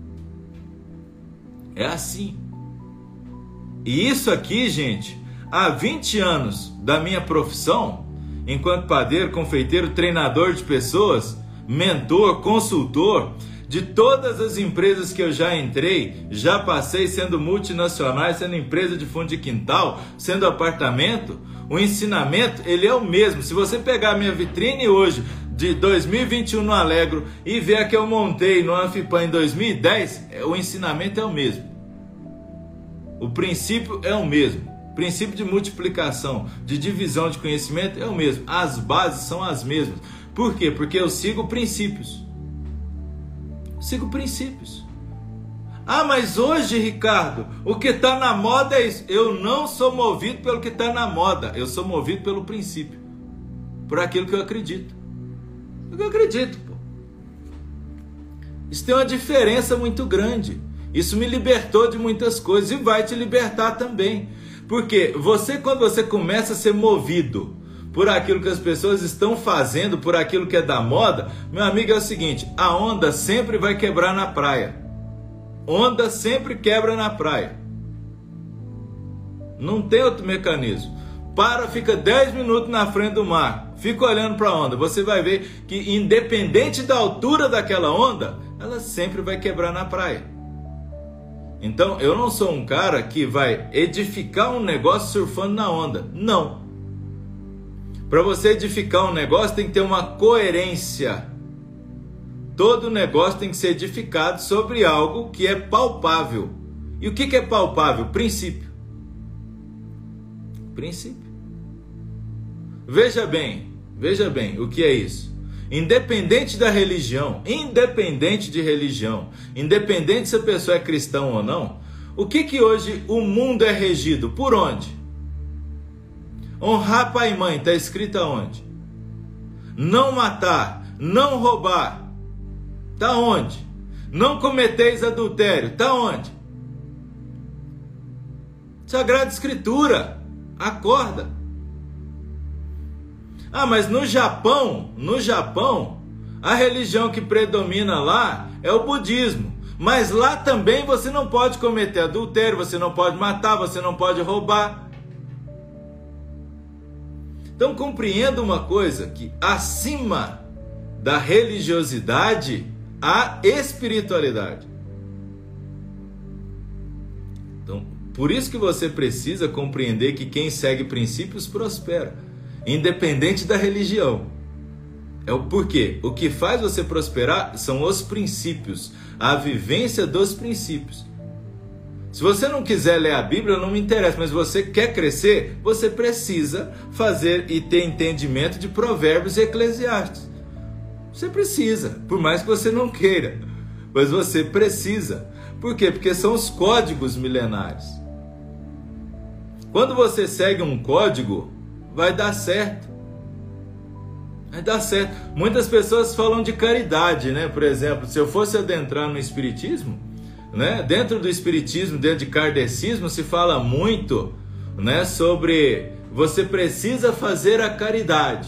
É assim. E isso aqui, gente, há vinte anos da minha profissão, enquanto padeiro, confeiteiro, treinador de pessoas, mentor, consultor, de todas as empresas que eu já entrei, já passei sendo multinacionais, sendo empresa de fundo de quintal, sendo apartamento, o ensinamento, ele é o mesmo. Se você pegar a minha vitrine hoje, de dois mil e vinte e um no Alegro, e ver a que eu montei no Anfipan em dois mil e dez, o ensinamento é o mesmo. O princípio é o mesmo. O princípio de multiplicação, de divisão de conhecimento é o mesmo. As bases são as mesmas. Por quê? Porque eu sigo princípios. Sigo princípios. Ah, mas hoje, Ricardo, o que está na moda é isso. Eu não sou movido pelo que está na moda. Eu sou movido pelo princípio. Por aquilo que eu acredito. Porque eu acredito, pô. Isso tem uma diferença muito grande. Isso me libertou de muitas coisas e vai te libertar também. Porque você, quando você começa a ser movido por aquilo que as pessoas estão fazendo, por aquilo que é da moda, meu amigo, é o seguinte, a onda sempre vai quebrar na praia. Onda sempre quebra na praia. Não tem outro mecanismo. Para, fica dez minutos na frente do mar, fica olhando para a onda. Você vai ver que independente da altura daquela onda, ela sempre vai quebrar na praia. Então, eu não sou um cara que vai edificar um negócio surfando na onda. Não. Para você edificar um negócio tem que ter uma coerência. Todo negócio tem que ser edificado sobre algo que é palpável. E o que é palpável? Princípio. Princípio. Veja bem, veja bem o que é isso. Independente da religião, independente de religião, independente se a pessoa é cristã ou não, o que que hoje o mundo é regido? Por onde? Honrar pai e mãe, está escrito aonde? Não matar, não roubar, está onde? Não cometeis adultério, está onde? Sagrada Escritura, acorda. Ah, mas no Japão, no Japão, a religião que predomina lá é o budismo. Mas lá também você não pode cometer adultério, você não pode matar, você não pode roubar. Então compreenda uma coisa, que acima da religiosidade há espiritualidade. Então, por isso que você precisa compreender que quem segue princípios prospera, independente da religião. É o porquê. O que faz você prosperar são os princípios, a vivência dos princípios. Se você não quiser ler a Bíblia, não me interessa, mas você quer crescer, você precisa fazer e ter entendimento de Provérbios e Eclesiastes. Você precisa, por mais que você não queira, mas você precisa. Por quê? Porque são os códigos milenares. Quando você segue um código, vai dar certo. Vai dar certo. Muitas pessoas falam de caridade, né? Por exemplo, se eu fosse adentrar no Espiritismo, né? Dentro do Espiritismo, dentro de Kardecismo, se fala muito, né, sobre você precisa fazer a caridade.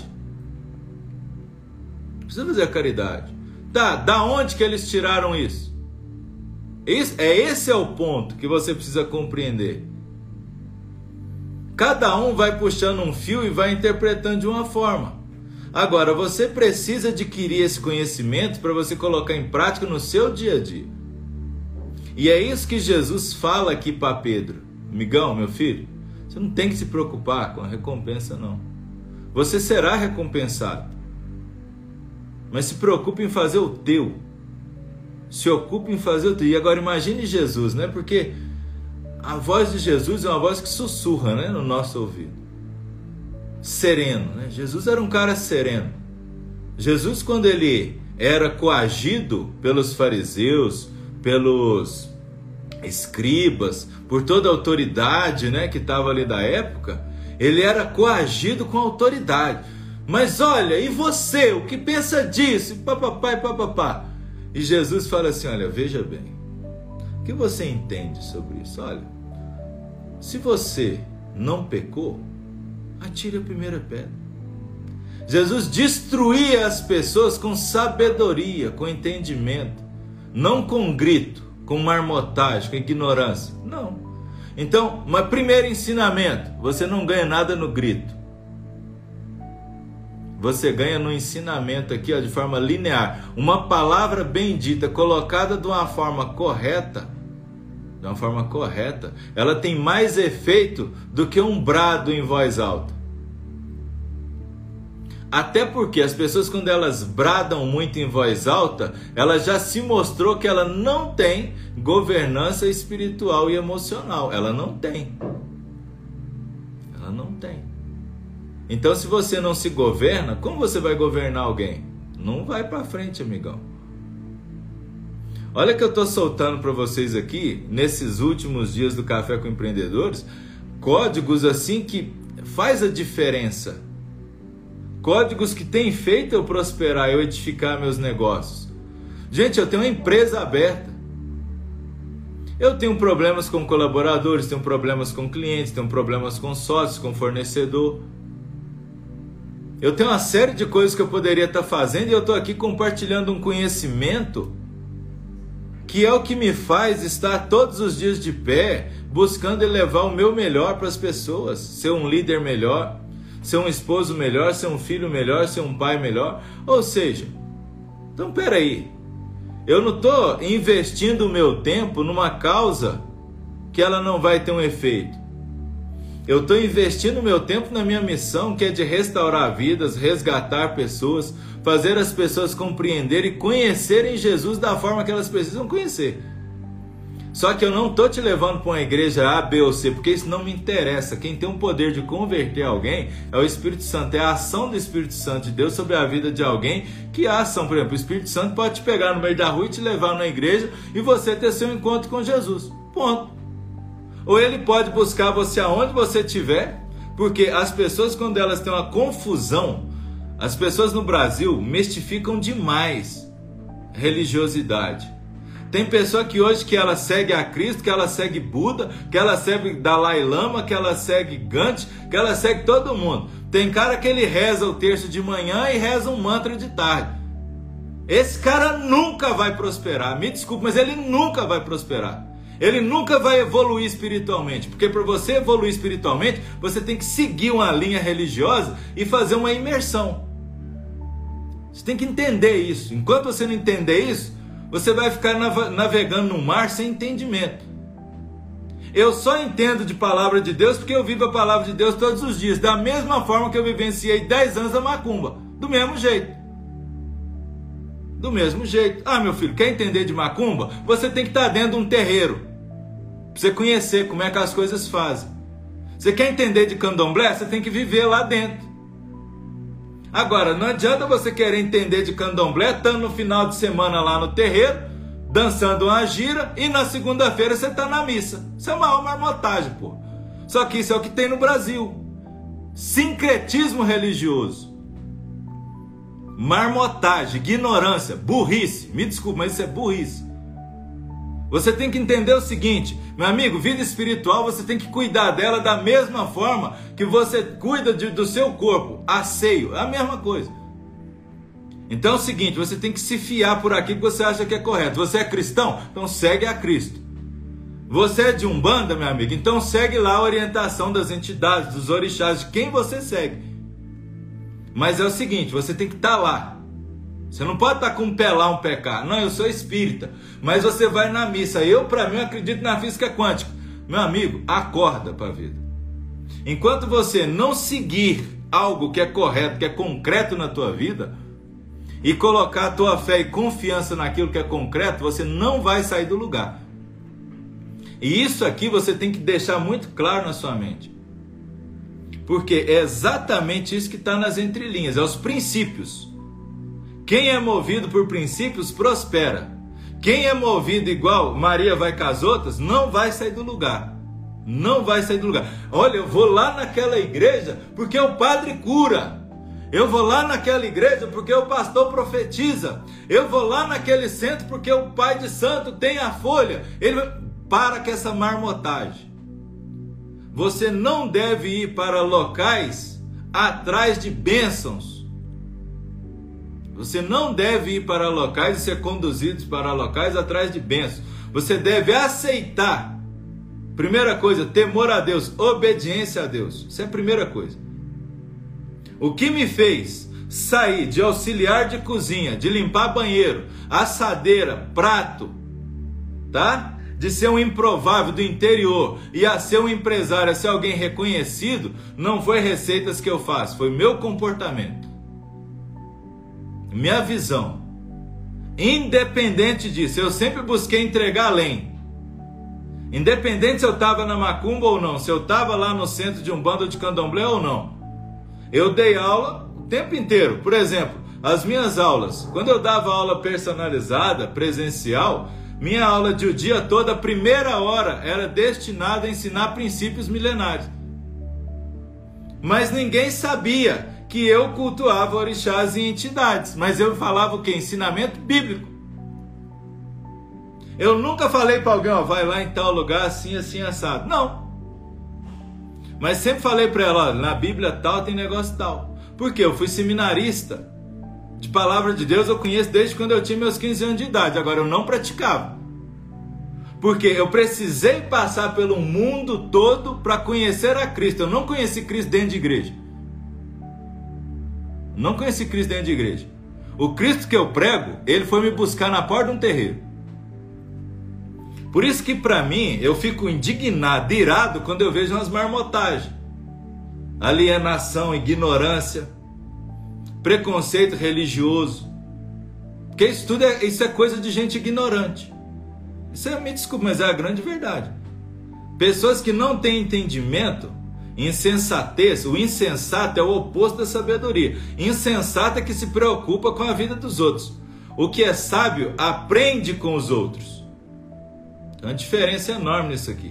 Precisa fazer a caridade. Tá, da onde que eles tiraram isso? Esse, é, esse é o ponto que você precisa compreender. Cada um vai puxando um fio e vai interpretando de uma forma. Agora, você precisa adquirir esse conhecimento para você colocar em prática no seu dia a dia. E é isso que Jesus fala aqui para Pedro. Amigão, meu filho, você não tem que se preocupar com a recompensa, não. Você será recompensado. Mas se preocupe em fazer o teu. Se ocupe em fazer o teu. E agora imagine Jesus, né? Porque a voz de Jesus é uma voz que sussurra, né, no nosso ouvido. Sereno, né? Jesus era um cara sereno. Jesus, quando ele era coagido pelos fariseus, pelos escribas, por toda a autoridade, né, que estava ali da época, ele era coagido com autoridade. Mas olha, e você, o que pensa disso? E papapá e papapá. E Jesus fala assim, olha, veja bem, o que você entende sobre isso? Olha, se você não pecou, atire a primeira pedra. Jesus destruía as pessoas com sabedoria, com entendimento, não com grito, com marmotagem, com ignorância. Não. Então, mas primeiro ensinamento, você não ganha nada no grito. Você ganha no ensinamento aqui, ó, de forma linear. Uma palavra bendita colocada de uma forma correta, de uma forma correta, ela tem mais efeito do que um brado em voz alta. Até porque as pessoas, quando elas bradam muito em voz alta, ela já se mostrou que ela não tem governança espiritual e emocional. Ela não tem. Ela não tem. Então, se você não se governa, como você vai governar alguém? Não vai para frente, amigão. Olha que eu estou soltando para vocês aqui, nesses últimos dias do Café com Empreendedores, códigos assim que faz a diferença. Códigos que têm feito eu prosperar, eu edificar meus negócios. Gente, eu tenho uma empresa aberta. Eu tenho problemas com colaboradores, tenho problemas com clientes, tenho problemas com sócios, com fornecedor. Eu tenho uma série de coisas que eu poderia estar fazendo e eu estou aqui compartilhando um conhecimento que é o que me faz estar todos os dias de pé, buscando elevar o meu melhor para as pessoas, ser um líder melhor, ser um esposo melhor, ser um filho melhor, ser um pai melhor. Ou seja, então peraí, eu não estou investindo o meu tempo numa causa que ela não vai ter um efeito. Eu estou investindo meu tempo na minha missão, que é de restaurar vidas, resgatar pessoas, fazer as pessoas compreenderem e conhecerem Jesus da forma que elas precisam conhecer. Só que eu não estou te levando para uma igreja A, B ou C, porque isso não me interessa. Quem tem o poder de converter alguém é o Espírito Santo, é a ação do Espírito Santo de Deus sobre a vida de alguém, que a ação, por exemplo, o Espírito Santo pode te pegar no meio da rua e te levar na igreja e você ter seu encontro com Jesus. Ponto. Ou ele pode buscar você aonde você estiver, porque as pessoas, quando elas têm uma confusão, as pessoas no Brasil mistificam demais religiosidade. Tem pessoa que hoje que ela segue a Cristo, que ela segue Buda, que ela segue Dalai Lama, que ela segue Gandhi, que ela segue todo mundo. Tem cara que ele reza o terço de manhã e reza um mantra de tarde. Esse cara nunca vai prosperar. Me desculpe, mas ele nunca vai prosperar. Ele nunca vai evoluir espiritualmente, porque para você evoluir espiritualmente, você tem que seguir uma linha religiosa e fazer uma imersão. Você tem que entender isso. Enquanto você não entender isso, você vai ficar navegando no mar sem entendimento. Eu só entendo de palavra de Deus porque eu vivo a palavra de Deus todos os dias, da mesma forma que eu vivenciei dez anos a macumba, do mesmo jeito. Do mesmo jeito. Ah, meu filho, quer entender de macumba? Você tem que estar dentro de um terreiro, para você conhecer como é que as coisas fazem. Você quer entender de candomblé? Você tem que viver lá dentro. Agora, não adianta você querer entender de candomblé estando no final de semana lá no terreiro, dançando uma gira, e na segunda-feira você está na missa. Isso é uma marmotagem, pô. Só que isso é o que tem no Brasil. Sincretismo religioso. Marmotagem, ignorância, burrice. Me desculpe, mas isso é burrice. Você tem que entender o seguinte, meu amigo, vida espiritual você tem que cuidar dela da mesma forma que você cuida de, do seu corpo, asseio, é a mesma coisa. Então é o seguinte, você tem que se fiar por aquilo que você acha que é correto. Você é cristão? Então segue a Cristo. Você é de Umbanda, meu amigo? Então segue lá a orientação das entidades, dos orixás, de quem você segue. Mas é o seguinte, você tem que estar lá. Você não pode estar com um pé lá, um pé cá. Não, eu sou espírita, mas você vai na missa. Eu, para mim, acredito na física quântica. Meu amigo, acorda para a vida. Enquanto você não seguir algo que é correto, que é concreto na tua vida, e colocar a tua fé e confiança naquilo que é concreto, você não vai sair do lugar. E isso aqui você tem que deixar muito claro na sua mente. Porque é exatamente isso que está nas entrelinhas, é os princípios. Quem é movido por princípios prospera. Quem é movido igual Maria vai com as outras, não vai sair do lugar. Não vai sair do lugar. Olha, eu vou lá naquela igreja porque o padre cura. Eu vou lá naquela igreja porque o pastor profetiza. Eu vou lá naquele centro porque o pai de santo tem a folha. Ele para com essa marmotagem. você não deve ir para locais atrás de bênçãos. Você não deve ir para locais e ser conduzido para locais atrás de bênçãos. Você deve aceitar. Primeira coisa, temor a Deus, obediência a Deus. Isso é a primeira coisa. O que me fez sair de auxiliar de cozinha, de limpar banheiro, assadeira, prato, tá? De ser um improvável do interior e a ser um empresário, a ser alguém reconhecido, não foi receitas que eu faço, foi meu comportamento, minha visão. Independente disso, eu sempre busquei entregar além. Independente se eu estava na macumba ou não, se eu estava lá no centro de umbanda ou de candomblé ou não, eu dei aula o tempo inteiro. Por exemplo, as minhas aulas, quando eu dava aula personalizada, presencial, minha aula de o dia todo, a primeira hora era destinada a ensinar princípios milenares. Mas ninguém sabia que eu cultuava orixás e entidades. Mas eu falava o quê? Ensinamento bíblico. Eu nunca falei para alguém, ó, vai lá em tal lugar assim, assim, assado. Não. Mas sempre falei para ela, ó, na Bíblia tal tem negócio tal. Por quê? Eu fui seminarista. De palavra de Deus eu conheço desde quando eu tinha meus quinze anos de idade. Agora eu não praticava. Porque eu precisei passar pelo mundo todo para conhecer a Cristo. Eu não conheci Cristo dentro de igreja. Não conheci Cristo dentro de igreja. O Cristo que eu prego, ele foi me buscar na porta de um terreiro. Por isso que para mim, eu fico indignado, irado, quando eu vejo umas marmotagens. Alienação, ignorância, preconceito religioso. Porque isso tudo é, isso é coisa de gente ignorante. Isso é, me desculpa, mas é a grande verdade. Pessoas que não têm entendimento, insensatez. O insensato é o oposto da sabedoria. Insensato é que se preocupa com a vida dos outros. O que é sábio aprende com os outros. Então, a diferença é enorme nisso aqui.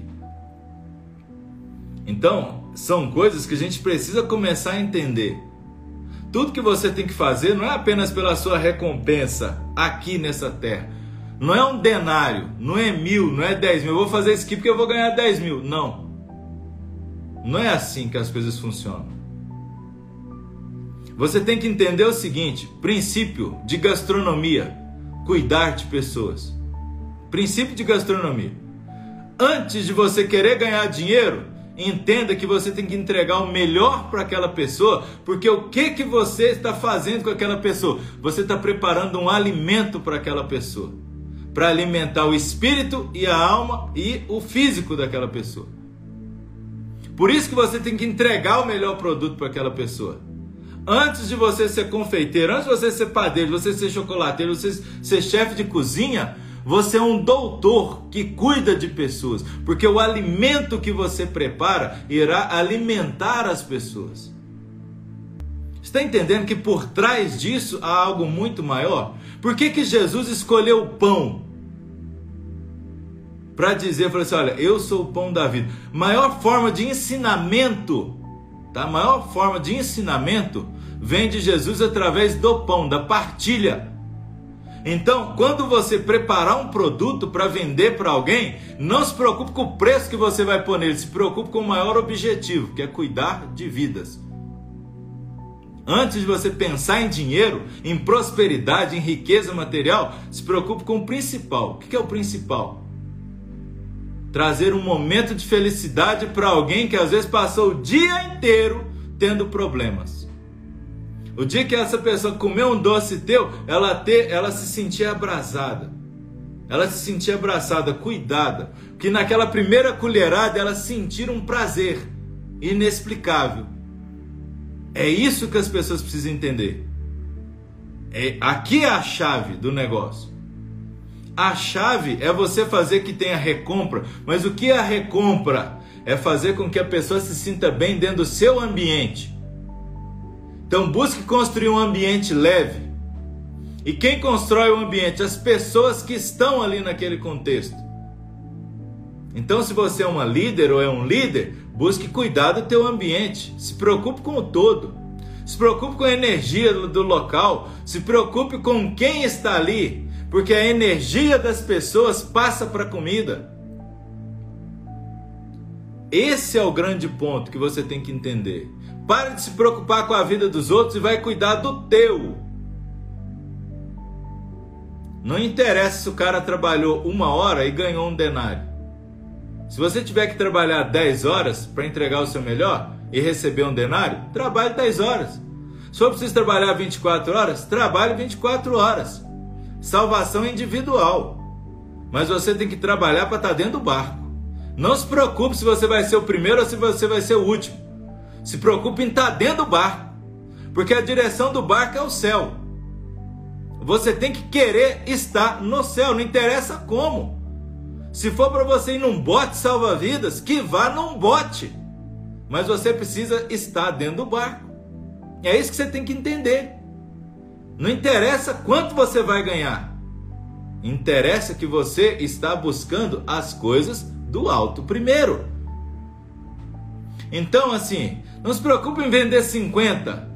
Então, são coisas que a gente precisa começar a entender. Tudo que você tem que fazer não é apenas pela sua recompensa aqui nessa terra. Não é um denário, não é mil, não é dez mil. Eu vou fazer isso aqui porque eu vou ganhar dez mil. Não. Não é assim que as coisas funcionam. Você tem que entender o seguinte: princípio de gastronomia, cuidar de pessoas. Princípio de gastronomia. Antes de você querer ganhar dinheiro, entenda que você tem que entregar o melhor para aquela pessoa, porque o que, que você está fazendo com aquela pessoa? Você está preparando um alimento para aquela pessoa, para alimentar o espírito e a alma e o físico daquela pessoa. Por isso que você tem que entregar o melhor produto para aquela pessoa. Antes de você ser confeiteiro, antes de você ser padeiro, de você ser chocolateiro, de você ser chefe de cozinha, você é um doutor que cuida de pessoas, porque o alimento que você prepara irá alimentar as pessoas. Está entendendo que por trás disso há algo muito maior? Por que que Jesus escolheu o pão? Para dizer, falou assim, olha, eu sou o pão da vida. Maior forma de ensinamento, tá? Maior forma de ensinamento vem de Jesus através do pão, da partilha. Então, quando você preparar um produto para vender para alguém, não se preocupe com o preço que você vai pôr nele, se preocupe com o maior objetivo, que é cuidar de vidas. Antes de você pensar em dinheiro, em prosperidade, em riqueza material, se preocupe com o principal. O que é o principal? Trazer um momento de felicidade para alguém que às vezes passou o dia inteiro tendo problemas. O dia que essa pessoa comeu um doce teu, ela, ter, ela se sentia abraçada. Ela se sentia abraçada, cuidada. Que naquela primeira colherada ela sentir um prazer inexplicável. É isso que as pessoas precisam entender. É, aqui é a chave do negócio. A chave é você fazer que tenha recompra. Mas o que é a recompra? É fazer com que a pessoa se sinta bem dentro do seu ambiente. Então busque construir um ambiente leve. E quem constrói o ambiente? As pessoas que estão ali naquele contexto. Então se você é uma líder ou é um líder, busque cuidar do teu ambiente. Se preocupe com o todo. Se preocupe com a energia do local. Se preocupe com quem está ali. Porque a energia das pessoas passa para a comida. Esse é o grande ponto que você tem que entender. Pare de se preocupar com a vida dos outros e vai cuidar do teu. Não interessa se o cara trabalhou uma hora e ganhou um denário. Se você tiver que trabalhar dez horas para entregar o seu melhor e receber um denário, trabalhe dez horas. Se for preciso trabalhar vinte e quatro horas, trabalhe vinte e quatro horas. Salvação é individual. Mas você tem que trabalhar para estar dentro do barco. Não se preocupe se você vai ser o primeiro ou se você vai ser o último. Se preocupe em estar dentro do barco. Porque a direção do barco é o céu. Você tem que querer estar no céu, não interessa como. Se for para você ir num bote salva-vidas, que vá num bote. Mas você precisa estar dentro do barco. É isso que você tem que entender. Não interessa quanto você vai ganhar. Interessa que você está buscando as coisas do alto primeiro. Então, assim, não se preocupe em vender cinquenta.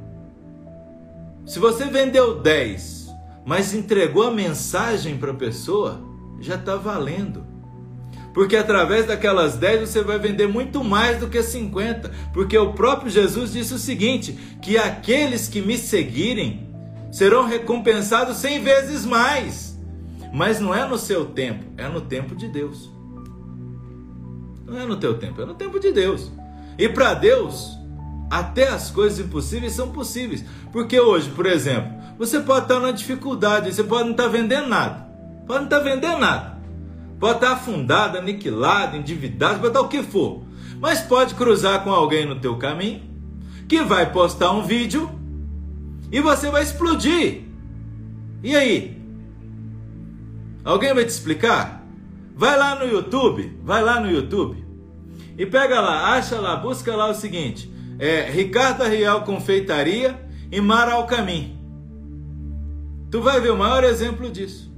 Se você vendeu dez, mas entregou a mensagem para a pessoa, já está valendo. Porque através daquelas dez você vai vender muito mais do que cinquenta. Porque o próprio Jesus disse o seguinte, que aqueles que me seguirem serão recompensados cem vezes mais. Mas não é no seu tempo, é no tempo de Deus. Não é no teu tempo, é no tempo de Deus. E para Deus, até as coisas impossíveis são possíveis. Porque hoje, por exemplo, você pode estar numa dificuldade, você pode não estar vendendo nada. Pode não estar vendendo nada. Pode estar afundado, aniquilado, endividado, pode estar o que for. Mas pode cruzar com alguém no teu caminho, que vai postar um vídeo, e você vai explodir. E aí? Alguém vai te explicar? Vai lá no YouTube, vai lá no YouTube, e pega lá, acha lá, busca lá o seguinte, é Ricardo Arriel Confeitaria e Mar ao Caminho. Tu vai ver o maior exemplo disso.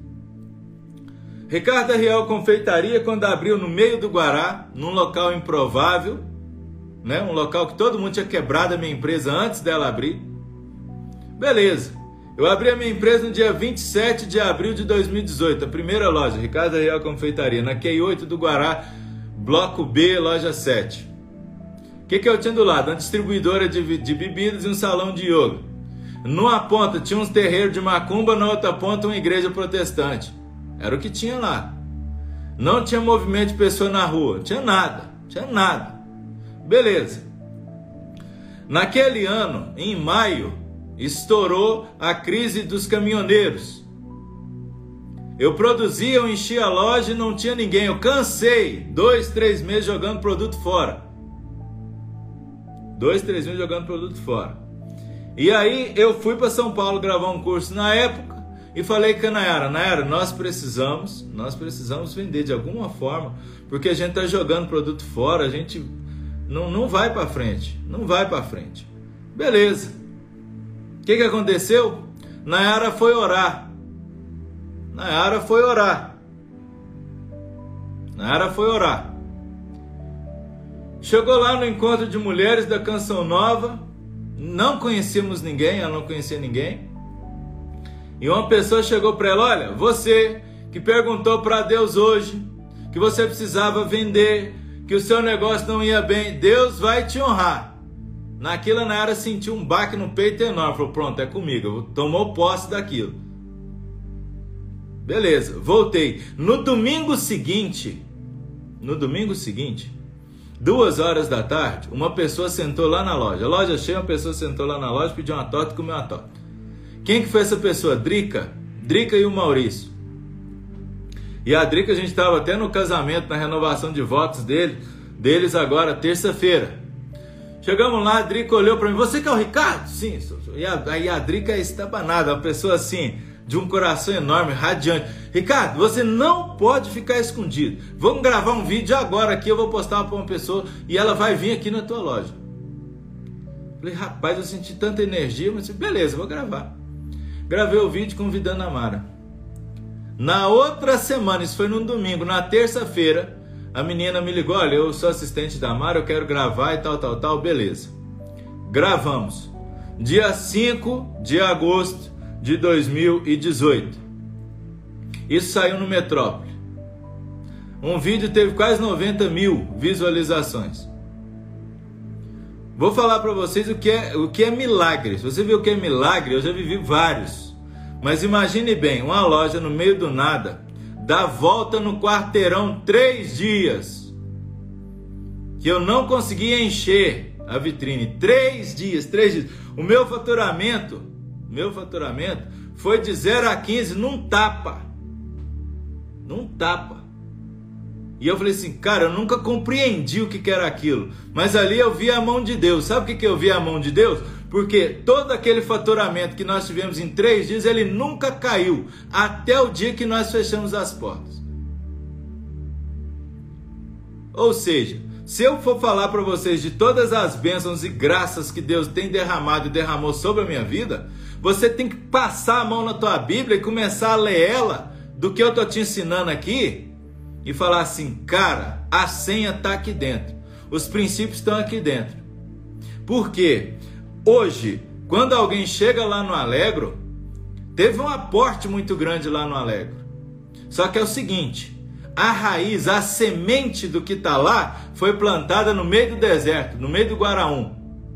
Ricardo Arriel Confeitaria, quando abriu no meio do Guará, num local improvável, né? Um local que todo mundo tinha quebrado a minha empresa antes dela abrir. Beleza. Eu abri a minha empresa no dia vinte e sete de abril de dois mil e dezoito, a primeira loja, Ricardo Arriel Confeitaria, na Q oito do Guará, Bloco B, loja sete. O que, que eu tinha do lado? Uma distribuidora de, de bebidas e um salão de yoga. Numa ponta tinha uns terreiros de macumba, na outra ponta uma igreja protestante. Era o que tinha lá. Não tinha movimento de pessoa na rua. Tinha nada. Tinha nada. Beleza. Naquele ano, em maio, estourou a crise dos caminhoneiros. Eu produzia, eu enchia a loja e não tinha ninguém. Eu cansei. Dois, três meses jogando produto fora. Dois, três meses jogando produto fora. E aí eu fui para São Paulo gravar um curso na época. E falei com a Nayara, Nayara, nós precisamos, nós precisamos vender de alguma forma, porque a gente está jogando produto fora, a gente não, não vai para frente, não vai para frente. Beleza. O que, que aconteceu? Nayara foi orar. Nayara foi orar. Nayara foi orar. Chegou lá no encontro de mulheres da Canção Nova, não conhecíamos ninguém, ela não conhecia ninguém. E uma pessoa chegou para ela, olha, você que perguntou para Deus hoje que você precisava vender, que o seu negócio não ia bem, Deus vai te honrar. Naquilo a Nayara sentiu um baque no peito enorme, falou, pronto, é comigo, tomou posse daquilo. Beleza, voltei. No domingo seguinte, no domingo seguinte, duas horas da tarde, uma pessoa sentou lá na loja, a loja cheia, uma pessoa sentou lá na loja, pediu uma torta e comeu uma torta. Quem que foi essa pessoa? Drica. Drica e o Maurício. E a Drica, a gente estava até no casamento, na renovação de votos dele, deles agora, terça-feira. Chegamos lá, a Drica olhou para mim, você que é o Ricardo? Sim. E a, aí a Drica é estabanada, uma pessoa assim, de um coração enorme, radiante. Ricardo, você não pode ficar escondido. Vamos gravar um vídeo agora aqui, eu vou postar para uma pessoa e ela vai vir aqui na tua loja. Falei, rapaz, eu senti tanta energia, mas beleza, vou gravar. Gravei o vídeo convidando a Mara. Na outra semana, isso foi num domingo, na terça-feira, a menina me ligou, olha, eu sou assistente da Mara, eu quero gravar e tal, tal, tal, beleza. Gravamos. Dia cinco de agosto de dois mil e dezoito. Isso saiu no Metrópole. Um vídeo teve quase noventa mil visualizações. Vou falar para vocês o que, é, o que é milagre. Se você vê o que é milagre, eu já vivi vários. Mas imagine bem, uma loja no meio do nada, dá volta no quarteirão três dias, que eu não conseguia encher a vitrine. Três dias, três dias. O meu faturamento, meu faturamento foi de zero a quinze num tapa. Num tapa. E eu falei assim, cara, eu nunca compreendi o que era aquilo. Mas ali eu vi a mão de Deus. Sabe o que eu vi a mão de Deus? Porque todo aquele faturamento que nós tivemos em três dias, ele nunca caiu. Até o dia que nós fechamos as portas. Ou seja, se eu for falar para vocês de todas as bênçãos e graças que Deus tem derramado e derramou sobre a minha vida, você tem que passar a mão na tua Bíblia e começar a ler ela, do que eu estou te ensinando aqui, e falar assim, cara, a senha está aqui dentro, os princípios estão aqui dentro. Por quê? Hoje, quando alguém chega lá no Alegro, teve um aporte muito grande lá no Alegro. Só que é o seguinte, a raiz, a semente do que está lá, foi plantada no meio do deserto, no meio do Guaraum.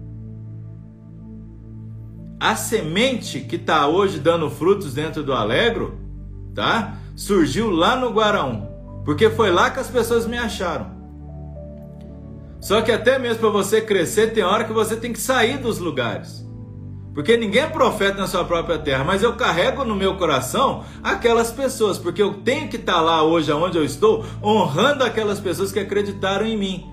A semente que está hoje dando frutos dentro do Alegro, tá? Surgiu lá no Guaraum. Porque foi lá que as pessoas me acharam. Só que até mesmo para você crescer, tem hora que você tem que sair dos lugares. Porque ninguém é profeta na sua própria terra. Mas eu carrego no meu coração aquelas pessoas. Porque eu tenho que estar lá hoje, onde eu estou, honrando aquelas pessoas que acreditaram em mim.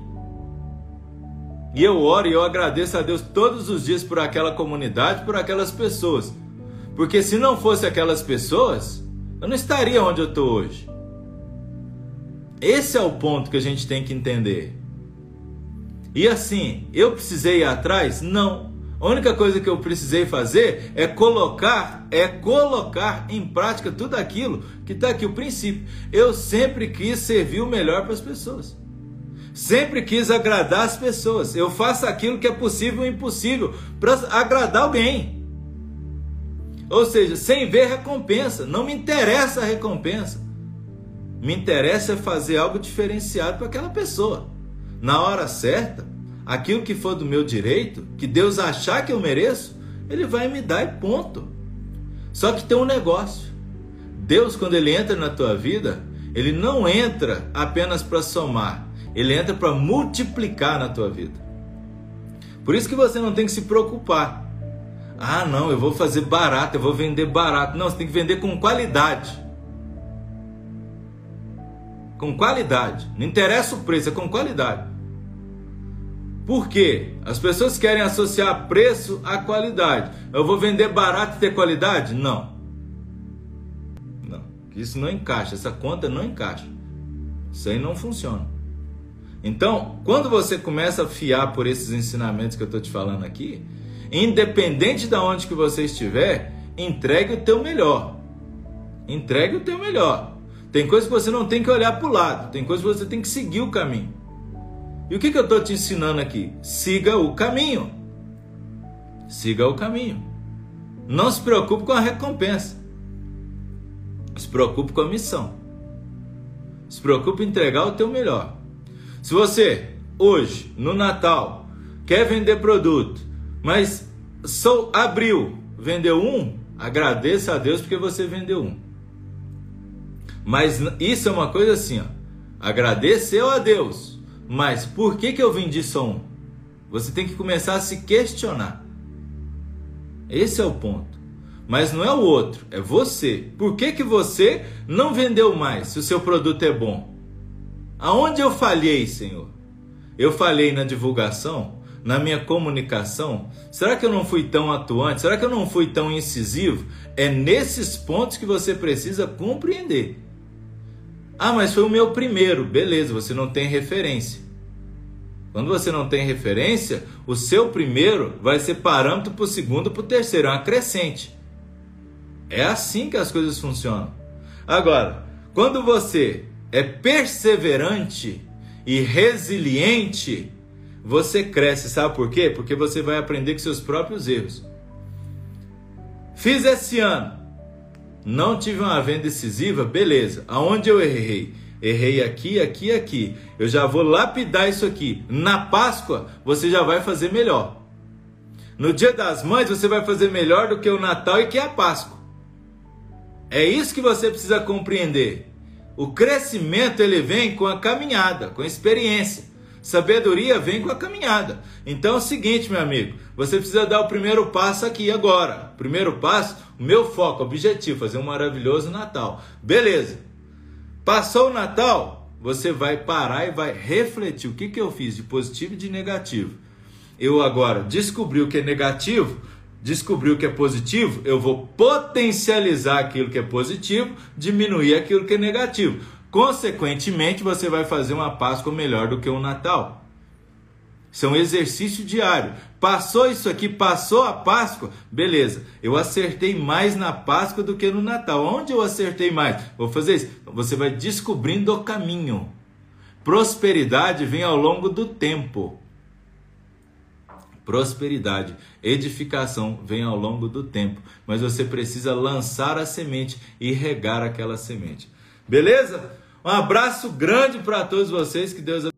E eu oro e eu agradeço a Deus todos os dias por aquela comunidade, por aquelas pessoas. Porque se não fosse aquelas pessoas, eu não estaria onde eu estou hoje. Esse é o ponto que a gente tem que entender. E assim, eu precisei ir atrás? Não. A única coisa que eu precisei fazer é colocar, é colocar em prática tudo aquilo que está aqui, o princípio. Eu sempre quis servir o melhor para as pessoas. Sempre quis agradar as pessoas. Eu faço aquilo que é possível e impossível para agradar alguém. Ou seja, sem ver recompensa. Não me interessa a recompensa. Me interessa fazer algo diferenciado para aquela pessoa. Na hora certa, aquilo que for do meu direito, que Deus achar que eu mereço, Ele vai me dar e ponto. Só que tem um negócio. Deus, quando Ele entra na tua vida, Ele não entra apenas para somar. Ele entra para multiplicar na tua vida. Por isso que você não tem que se preocupar. Ah, não, eu vou fazer barato, eu vou vender barato. Não, você tem que vender com qualidade. Com qualidade. Não interessa o preço, é com qualidade. Por quê? As pessoas querem associar preço à qualidade. Eu vou vender barato e ter qualidade? Não. Não. Isso não encaixa. Essa conta não encaixa. Isso aí não funciona. Então, quando você começa a fiar por esses ensinamentos que eu estou te falando aqui, independente de onde que você estiver, entregue o teu melhor. Entregue o teu melhor. Tem coisa que você não tem que olhar para o lado. Tem coisa que você tem que seguir o caminho. E o que, que eu estou te ensinando aqui? Siga o caminho. Siga o caminho. Não se preocupe com a recompensa. Se preocupe com a missão. Se preocupe em entregar o teu melhor. Se você, hoje, no Natal, quer vender produto, mas só abriu, vendeu um, agradeça a Deus porque você vendeu um. Mas isso é uma coisa assim, ó. Agradeceu a Deus, mas por que, que eu vendi só um? Você tem que começar a se questionar. Esse é o ponto. Mas não é o outro, é você. Por que, que você não vendeu mais se o seu produto é bom? Aonde eu falhei, Senhor? Eu falhei na divulgação? Na minha comunicação? Será que eu não fui tão atuante? Será que eu não fui tão incisivo? É nesses pontos que você precisa compreender. Ah, mas foi o meu primeiro. Beleza, você não tem referência. Quando você não tem referência, o seu primeiro vai ser parâmetro para o segundo, para o terceiro. É uma crescente. É assim que as coisas funcionam. Agora, quando você é perseverante e resiliente, você cresce. Sabe por quê? Porque você vai aprender com seus próprios erros. Fiz esse ano. Não tive uma venda decisiva? Beleza. Aonde eu errei? Errei aqui, aqui, aqui. Eu já vou lapidar isso aqui. Na Páscoa, você já vai fazer melhor. No Dia das Mães, você vai fazer melhor do que o Natal e que a Páscoa. É isso que você precisa compreender. O crescimento, ele vem com a caminhada, com a experiência. Sabedoria vem com a caminhada. Então é o seguinte, meu amigo, você precisa dar o primeiro passo aqui agora. Primeiro passo, o meu foco, objetivo, fazer um maravilhoso Natal. Beleza. Passou o Natal, você vai parar e vai refletir. O que, que eu fiz de positivo e de negativo? Eu agora descobri o que é negativo, descobri o que é positivo, eu vou potencializar aquilo que é positivo, diminuir aquilo que é negativo. Consequentemente, você vai fazer uma Páscoa melhor do que um Natal. Isso é um exercício diário. Passou isso aqui, passou a Páscoa, beleza. Eu acertei mais na Páscoa do que no Natal. Onde eu acertei mais? Vou fazer isso. Você vai descobrindo o caminho. Prosperidade vem ao longo do tempo. Prosperidade, edificação vem ao longo do tempo. Mas você precisa lançar a semente e regar aquela semente. Beleza? Um abraço grande para todos vocês. Que Deus abençoe.